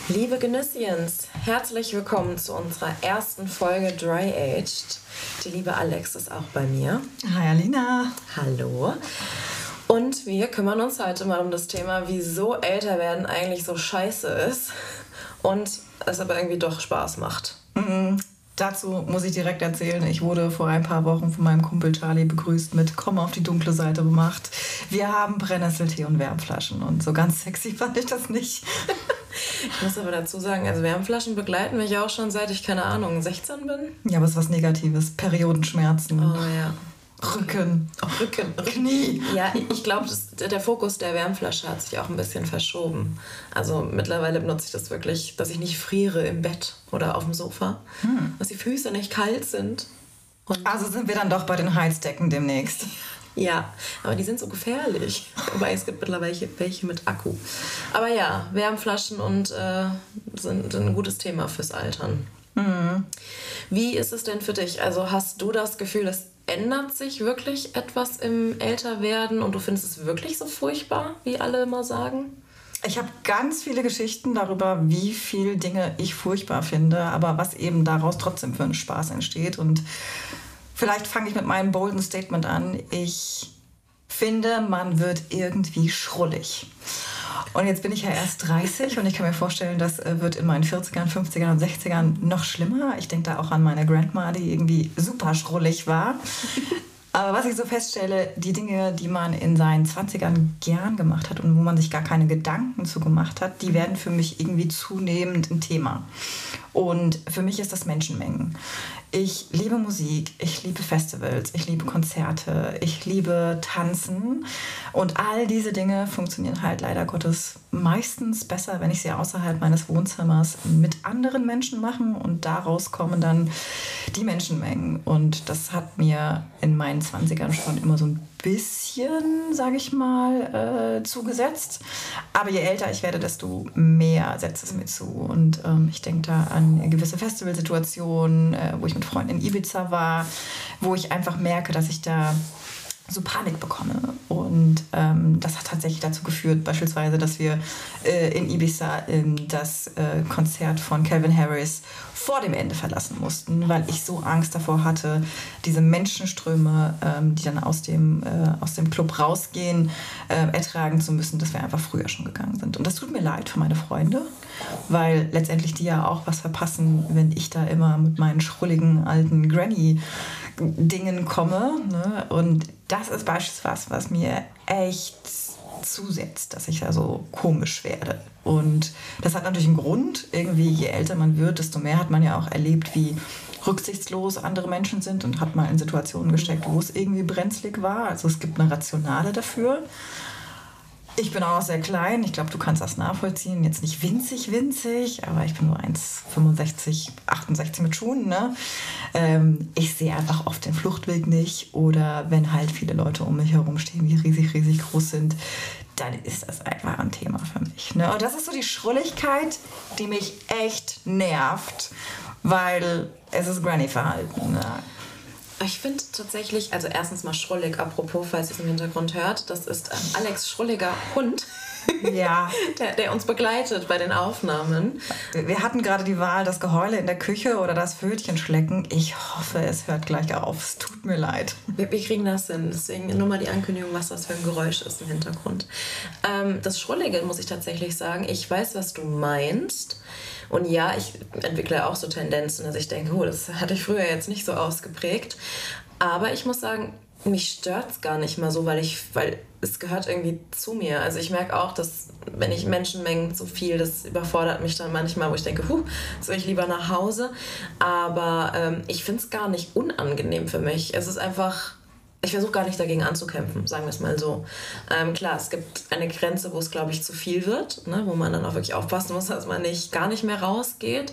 Liebe Genüsschens, herzlich willkommen zu unserer ersten Folge Dry Aged. Die liebe Alex ist auch bei mir. Hi Alina. Hallo. Und wir kümmern uns heute mal um das Thema, wieso älter werden eigentlich so scheiße ist und es aber irgendwie doch Spaß macht. Dazu muss ich direkt erzählen, ich wurde vor ein paar Wochen von meinem Kumpel Charlie begrüßt mit "Komm auf die dunkle Seite" gemacht. Wir haben Brennnesseltee und Wärmflaschen und so ganz sexy fand ich das nicht. Ich muss aber dazu sagen, also Wärmflaschen begleiten mich auch schon seit ich, 16 bin. Ja, aber es ist was Negatives. Periodenschmerzen. Oh ja. Rücken. Knie. Ja, ich glaube, der Fokus der Wärmflasche hat sich auch ein bisschen verschoben. Also mittlerweile benutze ich das wirklich, dass ich nicht friere im Bett oder auf dem Sofa. Dass die Füße nicht kalt sind. Und Also sind wir dann doch bei den Heizdecken demnächst. ja, aber die sind so gefährlich. Wobei es gibt mittlerweile welche mit Akku. Aber ja, Wärmflaschen und sind ein gutes Thema fürs Altern. Wie ist es denn für dich? Also hast du das Gefühl, es ändert sich wirklich etwas im Älterwerden und du findest es wirklich so furchtbar, wie alle immer sagen? Ich habe ganz viele Geschichten darüber, wie viele Dinge ich furchtbar finde, aber was eben daraus trotzdem für einen Spaß entsteht. Und vielleicht fange ich mit meinem bolden Statement an. Ich finde, man wird irgendwie schrullig. Und jetzt bin ich ja erst 30 und ich kann mir vorstellen, das wird in meinen 40ern, 50ern und 60ern noch schlimmer. Ich denke da auch an meine Grandma, die irgendwie super schrullig war. Aber was ich so feststelle, die Dinge, die man in seinen 20ern gern gemacht hat und wo man sich gar keine Gedanken zu gemacht hat, die werden für mich irgendwie zunehmend ein Thema. Und für mich ist das Menschenmengen. Ich liebe Musik, ich liebe Festivals, ich liebe Konzerte, ich liebe Tanzen. Und all diese Dinge funktionieren halt leider Gottes meistens besser, wenn ich sie außerhalb meines Wohnzimmers mit anderen Menschen mache. Und daraus kommen dann die Menschenmengen. Und das hat mir in meinen 20ern schon immer so ein bisschen, sage ich mal, zugesetzt. Aber je älter ich werde, desto mehr setzt es mir zu. Und ich denke da an gewisse Festivalsituationen, wo ich mit Freunden in Ibiza war, wo ich einfach merke, dass ich da so Panik bekomme. Und das hat tatsächlich dazu geführt, beispielsweise, dass wir in Ibiza das Konzert von Calvin Harris vor dem Ende verlassen mussten, weil ich so Angst davor hatte, diese Menschenströme, die dann aus dem Club rausgehen, ertragen zu müssen, dass wir einfach früher schon gegangen sind. Und das tut mir leid für meine Freunde, weil letztendlich die ja auch was verpassen, wenn ich da immer mit meinen schrulligen alten Granny-Dingen komme. Ne? Und das ist beispielsweise was mir echt zusetzt, dass ich da so komisch werde. Und das hat natürlich einen Grund. Irgendwie, je älter man wird, desto mehr hat man ja auch erlebt, wie rücksichtslos andere Menschen sind und hat mal in Situationen gesteckt, wo es irgendwie brenzlig war. Also es gibt eine Rationale dafür. Ich bin auch noch sehr klein. Ich glaube, du kannst das nachvollziehen. Jetzt nicht winzig, aber ich bin nur 1,65, 68 mit Schuhen. Ne? Ich sehe einfach oft den Fluchtweg nicht. Oder wenn halt viele Leute um mich herum stehen, die riesig groß sind, dann ist das einfach ein Thema für mich. Ne? Und das ist so die Schrulligkeit, die mich echt nervt, weil es ist Granny-Verhalten. Ne? Ich finde tatsächlich, also erstens mal schrullig, apropos, falls ihr es im Hintergrund hört, das ist Alex' schrulliger Hund, ja. der uns begleitet bei den Aufnahmen. Wir hatten gerade die Wahl, das Geheule in der Küche oder das Pfötchenschlecken. Ich hoffe, es hört gleich auf. Es tut mir leid. Wir kriegen das hin, deswegen nur mal die Ankündigung, was das für ein Geräusch ist im Hintergrund. Das Schrullige, muss ich tatsächlich sagen, ich weiß, was du meinst. Und ja, ich entwickle auch so Tendenzen, dass ich denke, das hatte ich früher jetzt nicht so ausgeprägt. Aber ich muss sagen, mich stört es gar nicht mal so, weil es gehört irgendwie zu mir. Also ich merke auch, dass wenn ich Menschenmengen zu viel, das überfordert mich dann manchmal, wo ich denke, jetzt will ich lieber nach Hause. Aber ich finde es gar nicht unangenehm für mich. Es ist einfach... Ich versuche gar nicht dagegen anzukämpfen, sagen wir es mal so. Klar, es gibt eine Grenze, wo es, glaube ich, zu viel wird, ne, wo man dann auch wirklich aufpassen muss, dass man gar nicht mehr rausgeht.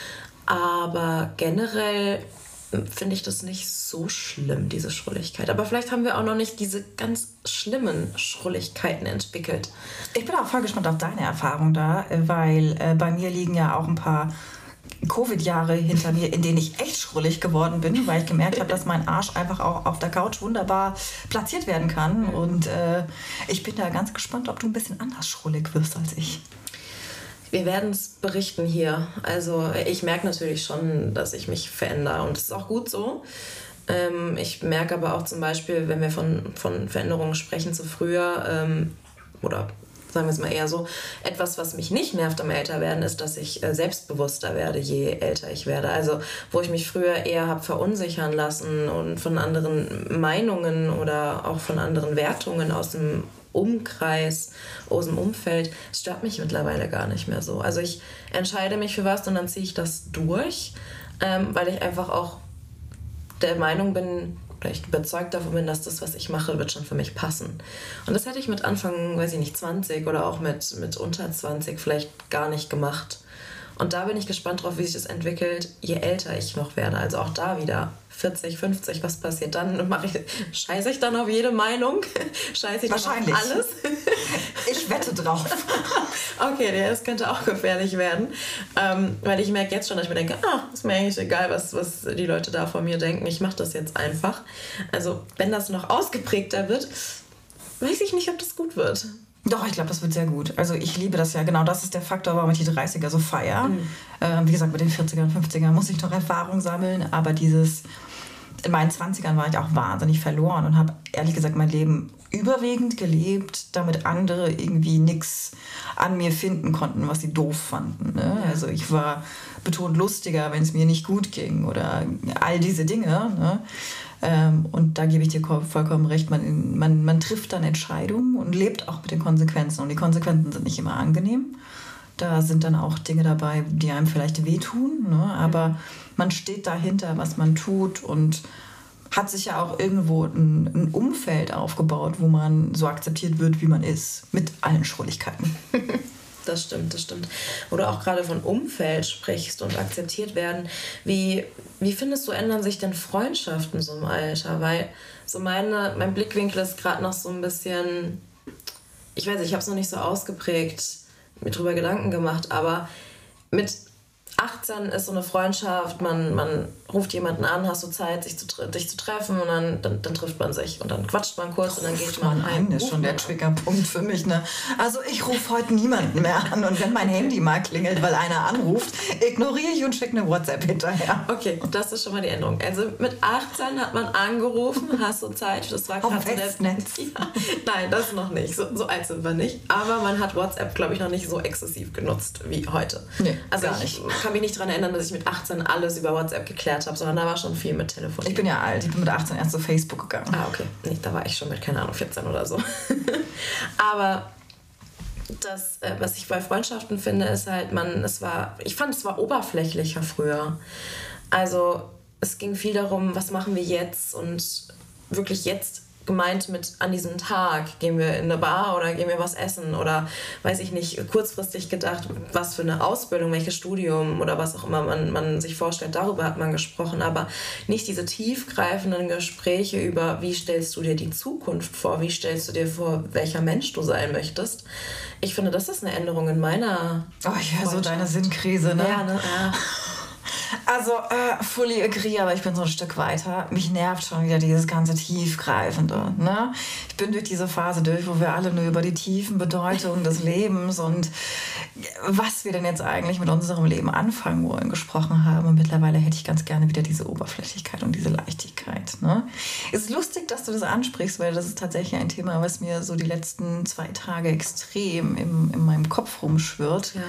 Aber generell finde ich das nicht so schlimm, diese Schrulligkeit. Aber vielleicht haben wir auch noch nicht diese ganz schlimmen Schrulligkeiten entwickelt. Ich bin auch voll gespannt auf deine Erfahrung da, weil bei mir liegen ja auch ein paar Covid-Jahre hinter mir, in denen ich echt schrullig geworden bin, weil ich gemerkt habe, dass mein Arsch einfach auch auf der Couch wunderbar platziert werden kann. Und ich bin da ganz gespannt, ob du ein bisschen anders schrullig wirst als ich. wir werden es berichten hier. Also ich merke natürlich schon, dass ich mich verändere und es ist auch gut so. Ich merke aber auch zum Beispiel, wenn wir von Veränderungen sprechen zu früher, oder sagen wir es mal eher so, etwas, was mich nicht nervt am Älterwerden, ist, dass ich selbstbewusster werde, je älter ich werde. Also wo ich mich früher eher habe verunsichern lassen und von anderen Meinungen oder auch von anderen Wertungen aus dem Umkreis, aus dem Umfeld, es stört mich mittlerweile gar nicht mehr so. Also ich entscheide mich für was und dann ziehe ich das durch, weil ich einfach auch der Meinung bin, oder ich überzeugt davon bin, dass das, was ich mache, wird schon für mich passen. Und das hätte ich mit Anfang, weiß ich nicht, 20 oder auch mit unter 20 vielleicht gar nicht gemacht. Und da bin ich gespannt drauf, wie sich das entwickelt, je älter ich noch werde. Also auch da wieder 40, 50, was passiert dann? Scheiße ich dann auf jede Meinung? Scheiße ich dann auf alles? Ich wette drauf. Okay, das könnte auch gefährlich werden. Weil ich merke jetzt schon, dass ich mir denke, ist mir eigentlich egal, was die Leute da von mir denken. Ich mache das jetzt einfach. Also wenn das noch ausgeprägter wird, weiß ich nicht, ob das gut wird. Doch, ich glaube, das wird sehr gut. Also ich liebe das ja. Genau, das ist der Faktor, warum ich die 30er so feiere. Wie gesagt, mit den 40ern, 50ern muss ich noch Erfahrung sammeln. Aber in meinen 20ern war ich auch wahnsinnig verloren und habe ehrlich gesagt mein Leben überwiegend gelebt, damit andere irgendwie nichts an mir finden konnten, was sie doof fanden. Ne? Ja. Also ich war betont lustiger, wenn es mir nicht gut ging oder all diese Dinge. Ne? Und da gebe ich dir vollkommen recht, man trifft dann Entscheidungen und lebt auch mit den Konsequenzen. Und die Konsequenzen sind nicht immer angenehm. Da sind dann auch Dinge dabei, die einem vielleicht wehtun. Ne? Aber man steht dahinter, was man tut und hat sich ja auch irgendwo ein Umfeld aufgebaut, wo man so akzeptiert wird, wie man ist. Mit allen Schrulligkeiten. Das stimmt. Wo du auch gerade von Umfeld sprichst und akzeptiert werden. Wie findest du, ändern sich denn Freundschaften so im Alter? Weil so mein Blickwinkel ist gerade noch so ein bisschen, ich weiß nicht, ich habe es noch nicht so ausgeprägt, mir drüber Gedanken gemacht, aber mit 18 ist so eine Freundschaft, man ruft jemanden an, hast du Zeit, dich zu treffen und dann trifft man sich und dann quatscht man kurz und dann geht man heim. Das ist schon der Triggerpunkt für mich. Ne? Also ich rufe heute niemanden mehr an und wenn mein Handy mal klingelt, weil einer anruft, ignoriere ich und schicke eine WhatsApp hinterher. Okay, das ist schon mal die Änderung. Also mit 18 hat man angerufen, hast du Zeit, das war gerade so der Netz. Ja, nein, das noch nicht, so alt sind wir nicht, aber man hat WhatsApp, glaube ich, noch nicht so exzessiv genutzt wie heute. Nee, also gar nicht. Ich kann mich nicht daran erinnern, dass ich mit 18 alles über WhatsApp geklärt habe, sondern da war schon viel mit Telefon. Ich bin ja alt, ich bin mit 18 erst zu Facebook gegangen. Okay. Nee, da war ich schon mit, keine Ahnung, 14 oder so. Aber das, was ich bei Freundschaften finde, ist halt, ich fand, es war oberflächlicher früher. Also es ging viel darum, was machen wir jetzt und wirklich jetzt gemeint mit an diesem Tag, gehen wir in eine Bar oder gehen wir was essen oder weiß ich nicht, kurzfristig gedacht, was für eine Ausbildung, welches Studium oder was auch immer man sich vorstellt, darüber hat man gesprochen, aber nicht diese tiefgreifenden Gespräche über, wie stellst du dir die Zukunft vor, wie stellst du dir vor, welcher Mensch du sein möchtest. Ich finde, das ist eine Änderung in meiner so deine Sinnkrise, ne? Ja, ne? Ja. Also, fully agree, aber ich bin so ein Stück weiter. Mich nervt schon wieder dieses ganze Tiefgreifende. Ne? Ich bin durch diese Phase durch, wo wir alle nur über die tiefen Bedeutungen des Lebens und was wir denn jetzt eigentlich mit unserem Leben anfangen wollen, gesprochen haben. Und mittlerweile hätte ich ganz gerne wieder diese Oberflächlichkeit und diese Leichtigkeit. Ne? Es ist lustig, dass du das ansprichst, weil das ist tatsächlich ein Thema, was mir so die letzten 2 Tage extrem in meinem Kopf rumschwirrt. Ja.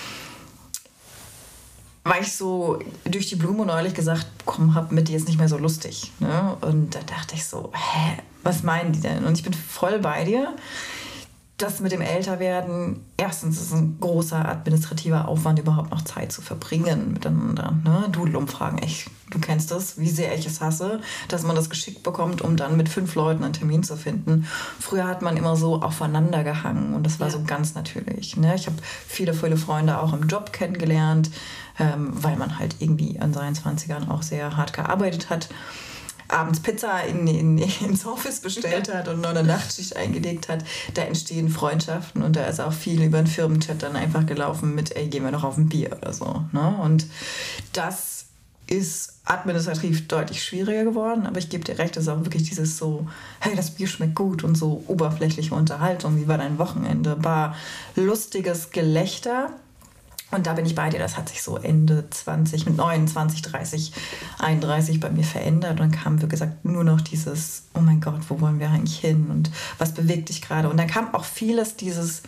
Weil ich so durch die Blume neulich gesagt bekommen habe, mit dir ist nicht mehr so lustig. Ne? Und da dachte ich so, was meinen die denn? Und ich bin voll bei dir. Das mit dem Älterwerden, erstens ist es ein großer administrativer Aufwand, überhaupt noch Zeit zu verbringen miteinander. Ne? Doodle-Umfragen, du kennst das, wie sehr ich es hasse, dass man das geschickt bekommt, um dann mit 5 Leuten einen Termin zu finden. Früher hat man immer so aufeinander gehangen und das war so ganz natürlich. Ne? Ich habe viele Freunde auch im Job kennengelernt, weil man halt irgendwie an seinen 20ern auch sehr hart gearbeitet hat. Abends Pizza ins Office bestellt hat und noch eine Nachtschicht eingelegt hat, da entstehen Freundschaften und da ist auch viel über den Firmenchat dann einfach gelaufen mit, gehen wir noch auf ein Bier oder so. Ne? Und das ist administrativ deutlich schwieriger geworden, aber ich gebe dir recht, es ist auch wirklich dieses so, hey, das Bier schmeckt gut und so oberflächliche Unterhaltung, wie war dein Wochenende, lustiges Gelächter. Und da bin ich bei dir, das hat sich so Ende 20, mit 29, 30, 31 bei mir verändert. Und dann kam, wie gesagt, nur noch dieses, oh mein Gott, wo wollen wir eigentlich hin und was bewegt dich gerade? Und dann kam auch vieles dieses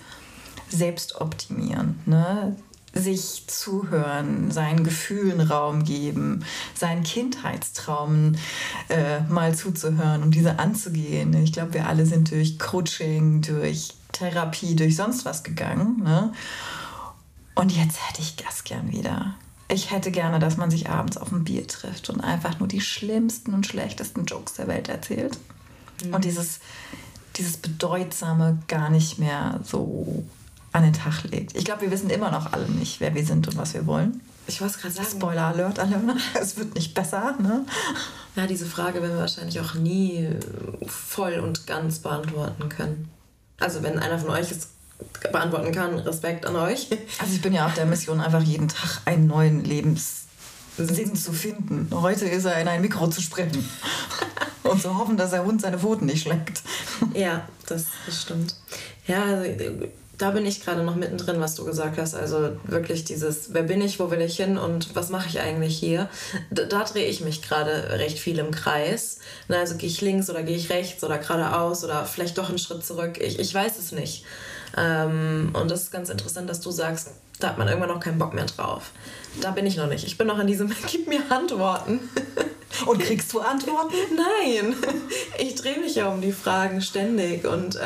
Selbstoptimieren, ne? Sich zuhören, seinen Gefühlen Raum geben, seinen Kindheitstraumen mal zuzuhören und diese anzugehen. Ich glaube, wir alle sind durch Coaching, durch Therapie, durch sonst was gegangen, ne? Und jetzt hätte ich das gern wieder. Ich hätte gerne, dass man sich abends auf ein Bier trifft und einfach nur die schlimmsten und schlechtesten Jokes der Welt erzählt. Und dieses Bedeutsame gar nicht mehr so an den Tag legt. Ich glaube, wir wissen immer noch alle nicht, wer wir sind und was wir wollen. Ich wollte es gerade sagen. Spoiler Alert, alle. Es wird nicht besser, ne? Ja, diese Frage werden wir wahrscheinlich auch nie voll und ganz beantworten können. Also wenn einer von euch es beantworten kann, Respekt an euch. Also ich bin ja auf der Mission, einfach jeden Tag einen neuen Lebenssinn zu finden. Heute ist er in ein Mikro zu sprechen. Und zu hoffen, dass der Hund seine Pfoten nicht schlägt. Ja, das stimmt. Ja, also, da bin ich gerade noch mittendrin, was du gesagt hast. Also wirklich dieses, wer bin ich, wo will ich hin und was mache ich eigentlich hier? Da drehe ich mich gerade recht viel im Kreis. Also gehe ich links oder gehe ich rechts oder geradeaus oder vielleicht doch einen Schritt zurück. Ich weiß es nicht. Und das ist ganz interessant, dass du sagst, da hat man irgendwann noch keinen Bock mehr drauf. Da bin ich noch nicht. Ich bin noch an diesem, gib mir Antworten. Und kriegst du Antworten? Nein. Ich drehe mich ja um die Fragen ständig und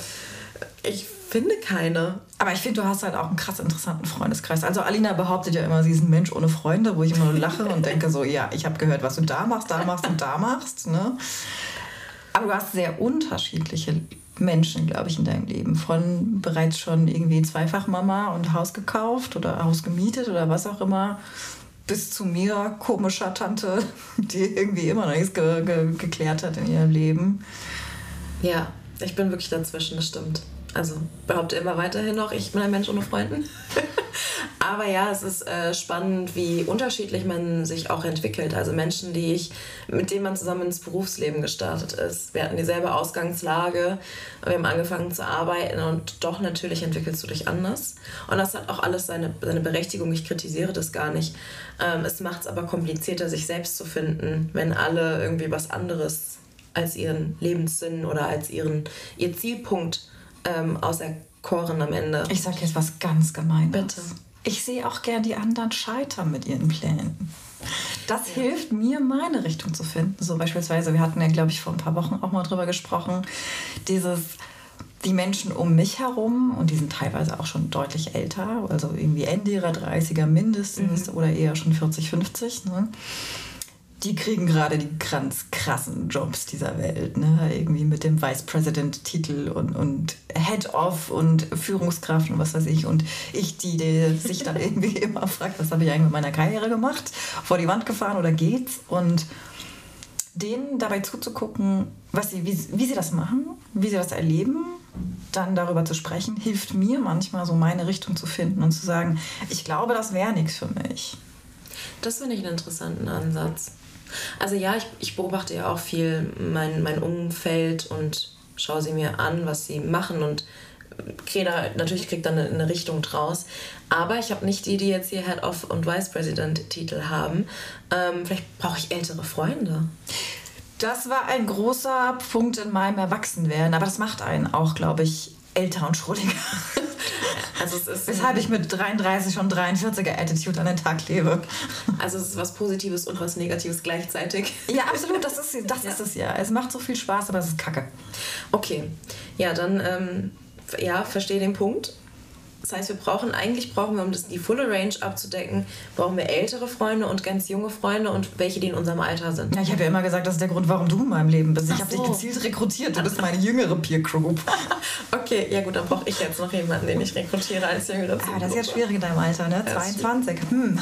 ich finde keine. Aber ich finde, du hast halt auch einen krass interessanten Freundeskreis. Also Alina behauptet ja immer, sie ist ein Mensch ohne Freunde, wo ich immer nur lache und denke so, ja, ich habe gehört, was du da machst und da machst. Ne? Aber du hast sehr unterschiedliche Menschen, glaube ich, in deinem Leben. Von bereits schon irgendwie Zweifachmama und Haus gekauft oder Haus gemietet oder was auch immer, bis zu mir, komischer Tante, die irgendwie immer noch nichts geklärt hat in ihrem Leben. Ja, ich bin wirklich dazwischen, das stimmt. Also behaupte immer weiterhin noch, ich bin ein Mensch ohne Freunden. Aber ja, es ist spannend, wie unterschiedlich man sich auch entwickelt. Also Menschen, mit denen man zusammen ins Berufsleben gestartet ist. Wir hatten dieselbe Ausgangslage, wir haben angefangen zu arbeiten und doch natürlich entwickelst du dich anders. Und das hat auch alles seine Berechtigung, ich kritisiere das gar nicht. Es macht es aber komplizierter, sich selbst zu finden, wenn alle irgendwie was anderes als ihren Lebenssinn oder als ihr Zielpunkt auserkoren am Ende. Ich sag jetzt was ganz Gemeines. Bitte. Ich sehe auch gern die anderen scheitern mit ihren Plänen. Das hilft mir, meine Richtung zu finden. So beispielsweise, wir hatten ja, glaube ich, vor ein paar Wochen auch mal drüber gesprochen, die Menschen um mich herum, und die sind teilweise auch schon deutlich älter, also irgendwie Ende ihrer 30er mindestens oder eher schon 40, 50, ne? Die kriegen gerade die ganz krassen Jobs dieser Welt, ne? Irgendwie mit dem Vice President-Titel und Head-Off und Führungskraft und was weiß ich. Und ich, die sich dann irgendwie immer fragt, was habe ich eigentlich mit meiner Karriere gemacht? Vor die Wand gefahren oder geht's? Und denen dabei zuzugucken, wie sie das machen, wie sie das erleben, dann darüber zu sprechen, hilft mir manchmal so meine Richtung zu finden und zu sagen, ich glaube, das wäre nichts für mich. Das finde ich einen interessanten Ansatz. Also ja, ich beobachte ja auch viel mein Umfeld und schaue sie mir an, was sie machen und kriege dann eine Richtung draus. Aber ich habe nicht die jetzt hier Head-Off und Vice President-Titel haben. Vielleicht brauche ich ältere Freunde. Das war ein großer Punkt in meinem Erwachsenwerden. Aber das macht einen auch, glaube ich, älter und schrulliger. Also es ist weshalb ich mit 33 und 43er Attitude an den Tag lebe. Also es ist was Positives und was Negatives gleichzeitig. Ja, absolut, das ist es ja. Es macht so viel Spaß, aber es ist Kacke. Okay, ja, dann verstehe den Punkt. Das heißt, eigentlich brauchen wir, um die volle Range abzudecken, brauchen wir ältere Freunde und ganz junge Freunde und welche, die in unserem Alter sind. Ja, ich habe ja immer gesagt, das ist der Grund, warum du in meinem Leben bist. Ich habe dich gezielt rekrutiert. Du bist meine jüngere Peer Group. Okay, ja gut, dann brauche ich jetzt noch jemanden, den ich rekrutiere als jüngere Peer Group. Das ist jetzt schwierig in deinem Alter, ne? 22.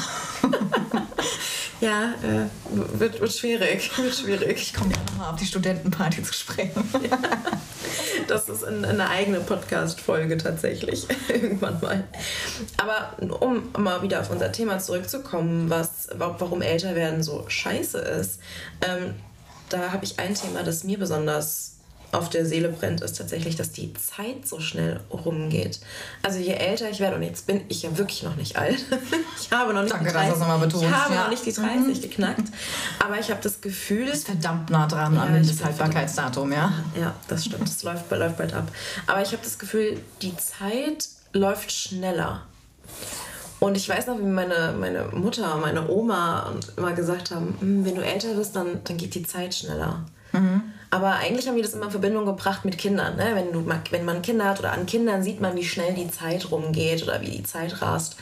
Ja, wird schwierig. Ich komme ja nochmal auf die Studentenparty zu sprechen. Ja. Das ist eine eigene Podcast-Folge tatsächlich. Irgendwann mal. Aber um mal wieder auf unser Thema zurückzukommen, warum Älterwerden so scheiße ist, da habe ich ein Thema, das mir besonders auf der Seele brennt, ist tatsächlich, dass die Zeit so schnell rumgeht. Also je älter ich werde, und jetzt bin ich ja wirklich noch nicht alt, ich habe noch nicht die 30, noch nicht die 30 geknackt, aber ich habe das Gefühl... Das ist verdammt nah dran am Mindesthaltbarkeitsdatum, ja? Ja, das stimmt, das läuft bald ab. Aber ich habe das Gefühl, die Zeit läuft schneller. Und ich weiß noch, wie meine Mutter, meine Oma immer gesagt haben, wenn du älter bist, dann geht die Zeit schneller. Aber eigentlich haben wir das immer in Verbindung gebracht mit Kindern. Ne? Wenn man Kinder hat oder an Kindern sieht man, wie schnell die Zeit rumgeht oder wie die Zeit rast.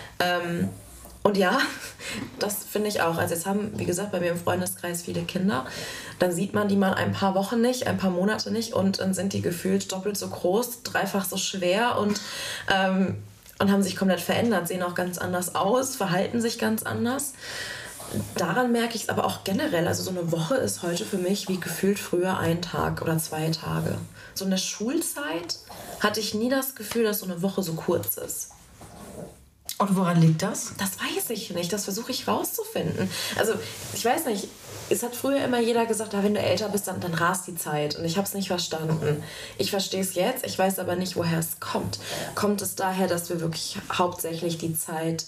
Und ja, das finde ich auch. Also jetzt haben, wie gesagt, bei mir im Freundeskreis viele Kinder. Dann sieht man die mal ein paar Wochen nicht, ein paar Monate nicht und dann sind die gefühlt doppelt so groß, dreifach so schwer und haben sich komplett verändert, sehen auch ganz anders aus, verhalten sich ganz anders. Daran merke ich es aber auch generell. Also so eine Woche ist heute für mich wie gefühlt früher 1 Tag oder 2 Tage. So in der Schulzeit hatte ich nie das Gefühl, dass so eine Woche so kurz ist. Und woran liegt das? Das weiß ich nicht. Das versuche ich rauszufinden. Also ich weiß nicht, es hat früher immer jeder gesagt, wenn du älter bist, dann rast die Zeit. Und ich habe es nicht verstanden. Ich verstehe es jetzt, ich weiß aber nicht, woher es kommt. Kommt es daher, dass wir wirklich hauptsächlich die Zeit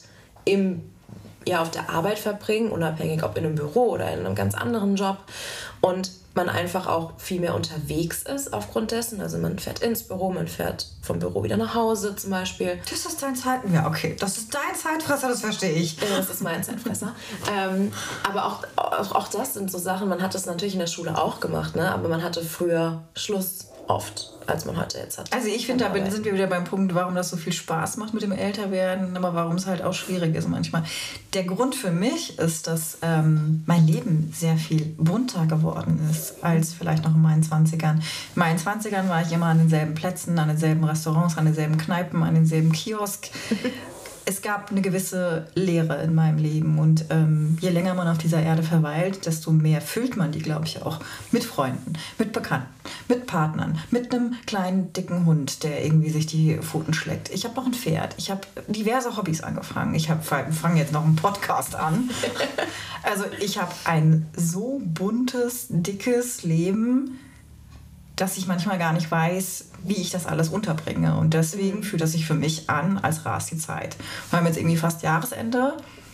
auf der Arbeit verbringen, unabhängig ob in einem Büro oder in einem ganz anderen Job und man einfach auch viel mehr unterwegs ist aufgrund dessen. Also man fährt ins Büro, man fährt vom Büro wieder nach Hause zum Beispiel. Das ist dein Zeitfresser? Ja, okay. Das ist dein Zeitfresser, das verstehe ich. Das ist mein Zeitfresser. Aber auch das sind so Sachen, man hat das natürlich in der Schule auch gemacht, ne? Aber man hatte früher Schluss oft, als man heute jetzt hat. Also ich finde, da sind wir wieder beim Punkt, warum das so viel Spaß macht mit dem Älterwerden, aber warum es halt auch schwierig ist manchmal. Der Grund für mich ist, dass mein Leben sehr viel bunter geworden ist als vielleicht noch in meinen 20ern. In meinen 20ern war ich immer an denselben Plätzen, an denselben Restaurants, an denselben Kneipen, an denselben Kiosk. Es gab eine gewisse Leere in meinem Leben und je länger man auf dieser Erde verweilt, desto mehr füllt man die, glaube ich, auch mit Freunden, mit Bekannten, mit Partnern, mit einem kleinen, dicken Hund, der irgendwie sich die Pfoten schlägt. Ich habe noch ein Pferd, ich habe diverse Hobbys angefangen. Ich fange jetzt noch einen Podcast an. Also ich habe ein so buntes, dickes Leben, dass ich manchmal gar nicht weiß, wie ich das alles unterbringe. Und deswegen fühlt das sich für mich an, als rast die Zeit. Wir haben jetzt irgendwie fast Jahresende,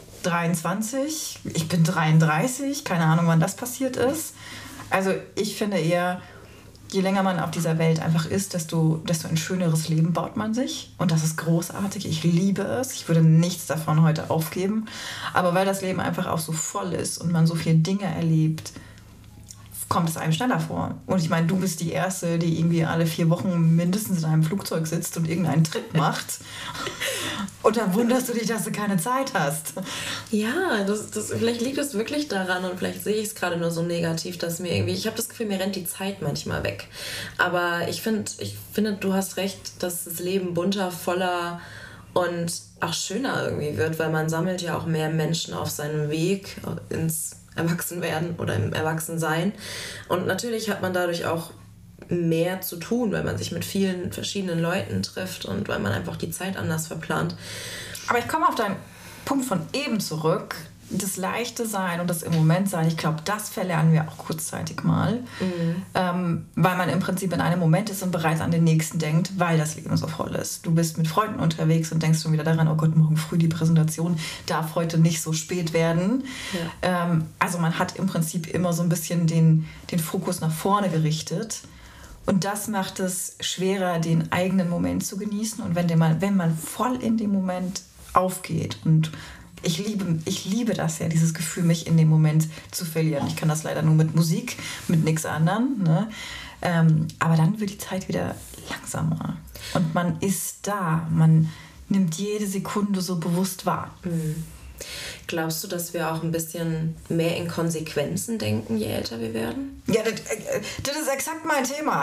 23, ich bin 33, keine Ahnung, wann das passiert ist. Also ich finde eher, je länger man auf dieser Welt einfach ist, desto ein schöneres Leben baut man sich. Und das ist großartig, ich liebe es. Ich würde nichts davon heute aufgeben. Aber weil das Leben einfach auch so voll ist und man so viele Dinge erlebt, kommt es einem schneller vor. Und ich meine, du bist die Erste, die irgendwie alle 4 Wochen mindestens in einem Flugzeug sitzt und irgendeinen Trip macht. Und dann wunderst du dich, dass du keine Zeit hast. Ja, vielleicht liegt es wirklich daran und vielleicht sehe ich es gerade nur so negativ, dass ich habe das Gefühl, mir rennt die Zeit manchmal weg. Aber ich finde, du hast recht, dass das Leben bunter, voller und auch schöner irgendwie wird, weil man sammelt ja auch mehr Menschen auf seinem Weg ins Erwachsenwerden oder im Erwachsensein. Und natürlich hat man dadurch auch mehr zu tun, weil man sich mit vielen verschiedenen Leuten trifft und weil man einfach die Zeit anders verplant. Aber ich komme auf deinen Punkt von eben zurück. Das leichte Sein und das im Moment Sein, ich glaube, das verlernen wir auch kurzzeitig mal, weil man im Prinzip in einem Moment ist und bereits an den nächsten denkt, weil das Leben so voll ist. Du bist mit Freunden unterwegs und denkst schon wieder daran, oh Gott, morgen früh die Präsentation darf heute nicht so spät werden. Ja. Also man hat im Prinzip immer so ein bisschen den Fokus nach vorne gerichtet und das macht es schwerer, den eigenen Moment zu genießen und wenn man voll in dem Moment aufgeht und ich liebe das ja, dieses Gefühl, mich in dem Moment zu verlieren. Ich kann das leider nur mit Musik, mit nichts anderem. Ne? Aber dann wird die Zeit wieder langsamer. Und man ist da. Man nimmt jede Sekunde so bewusst wahr. Mhm. Glaubst du, dass wir auch ein bisschen mehr in Konsequenzen denken, je älter wir werden? Ja, das ist exakt mein Thema.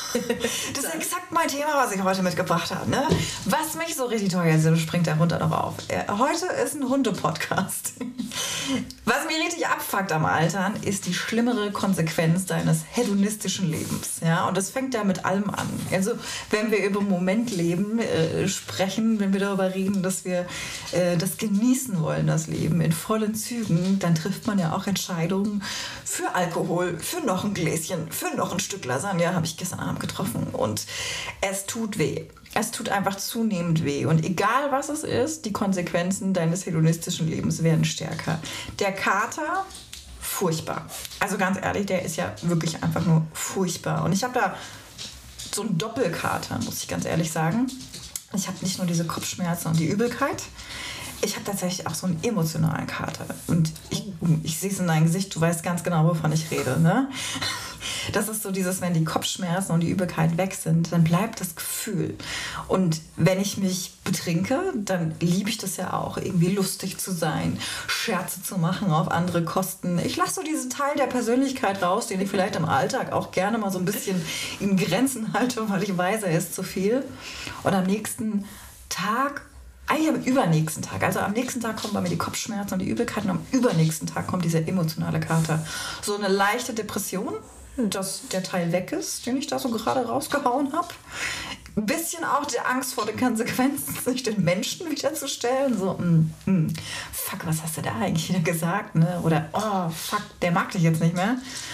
Das ist exakt mein Thema, was ich heute mitgebracht habe. Ne? Was mich so richtig toll jetzt springt der Hund da noch auf. Heute ist ein Hunde-Podcast. Was mich richtig abfuckt am Altern, ist die schlimmere Konsequenz deines hedonistischen Lebens. Ja? Und das fängt ja mit allem an. Also wenn wir über Momentleben sprechen, wenn wir darüber reden, dass wir das genießen wollen, das Leben in vollen Zügen, dann trifft man ja auch Entscheidungen für Alkohol, für noch ein Gläschen, für noch ein Stück Lasagne, habe ich gestern Abend getroffen. Und es tut weh. Es tut einfach zunehmend weh. Und egal was es ist, die Konsequenzen deines hedonistischen Lebens werden stärker. Der Kater, furchtbar. Also ganz ehrlich, der ist ja wirklich einfach nur furchtbar. Und ich habe da so einen Doppelkater, muss ich ganz ehrlich sagen. Ich habe nicht nur diese Kopfschmerzen und die Übelkeit, ich habe tatsächlich auch so einen emotionalen Kater. Und ich sehe es in deinem Gesicht, du weißt ganz genau, wovon ich rede. Ne? Das ist so dieses, wenn die Kopfschmerzen und die Übelkeit weg sind, dann bleibt das Gefühl. Und wenn ich mich betrinke, dann liebe ich das ja auch, irgendwie lustig zu sein, Scherze zu machen auf andere Kosten. Ich lasse so diesen Teil der Persönlichkeit raus, den ich vielleicht im Alltag auch gerne mal so ein bisschen in Grenzen halte, weil ich weiß, er ist zu viel. Und am nächsten Tag, eigentlich am übernächsten Tag, also am nächsten Tag kommen bei mir die Kopfschmerzen und die Übelkeit und am übernächsten Tag kommt dieser emotionale Kater. So eine leichte Depression, dass der Teil weg ist, den ich da so gerade rausgehauen habe. Ein bisschen auch die Angst vor den Konsequenzen, sich den Menschen wiederzustellen. So, fuck, was hast du da eigentlich wieder gesagt? Ne? Oder, oh, fuck, der mag dich jetzt nicht mehr.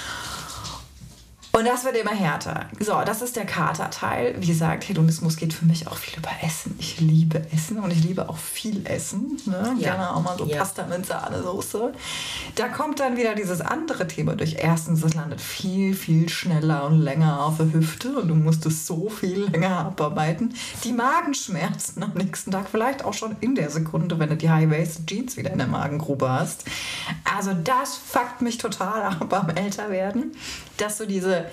Und das wird immer härter. So, das ist der Katerteil. Wie gesagt, Hedonismus geht für mich auch viel über Essen. Ich liebe Essen und ich liebe auch viel Essen. Ne? Ja. Gerne auch mal so Pasta mit Sahnesoße. Da kommt dann wieder dieses andere Thema durch. Erstens, es landet viel, viel schneller und länger auf der Hüfte und du musst es so viel länger abarbeiten. Die Magenschmerzen am nächsten Tag, vielleicht auch schon in der Sekunde, wenn du die High-Waisted Jeans wieder in der Magengrube hast. Also das fuckt mich total ab beim Älterwerden, dass so diese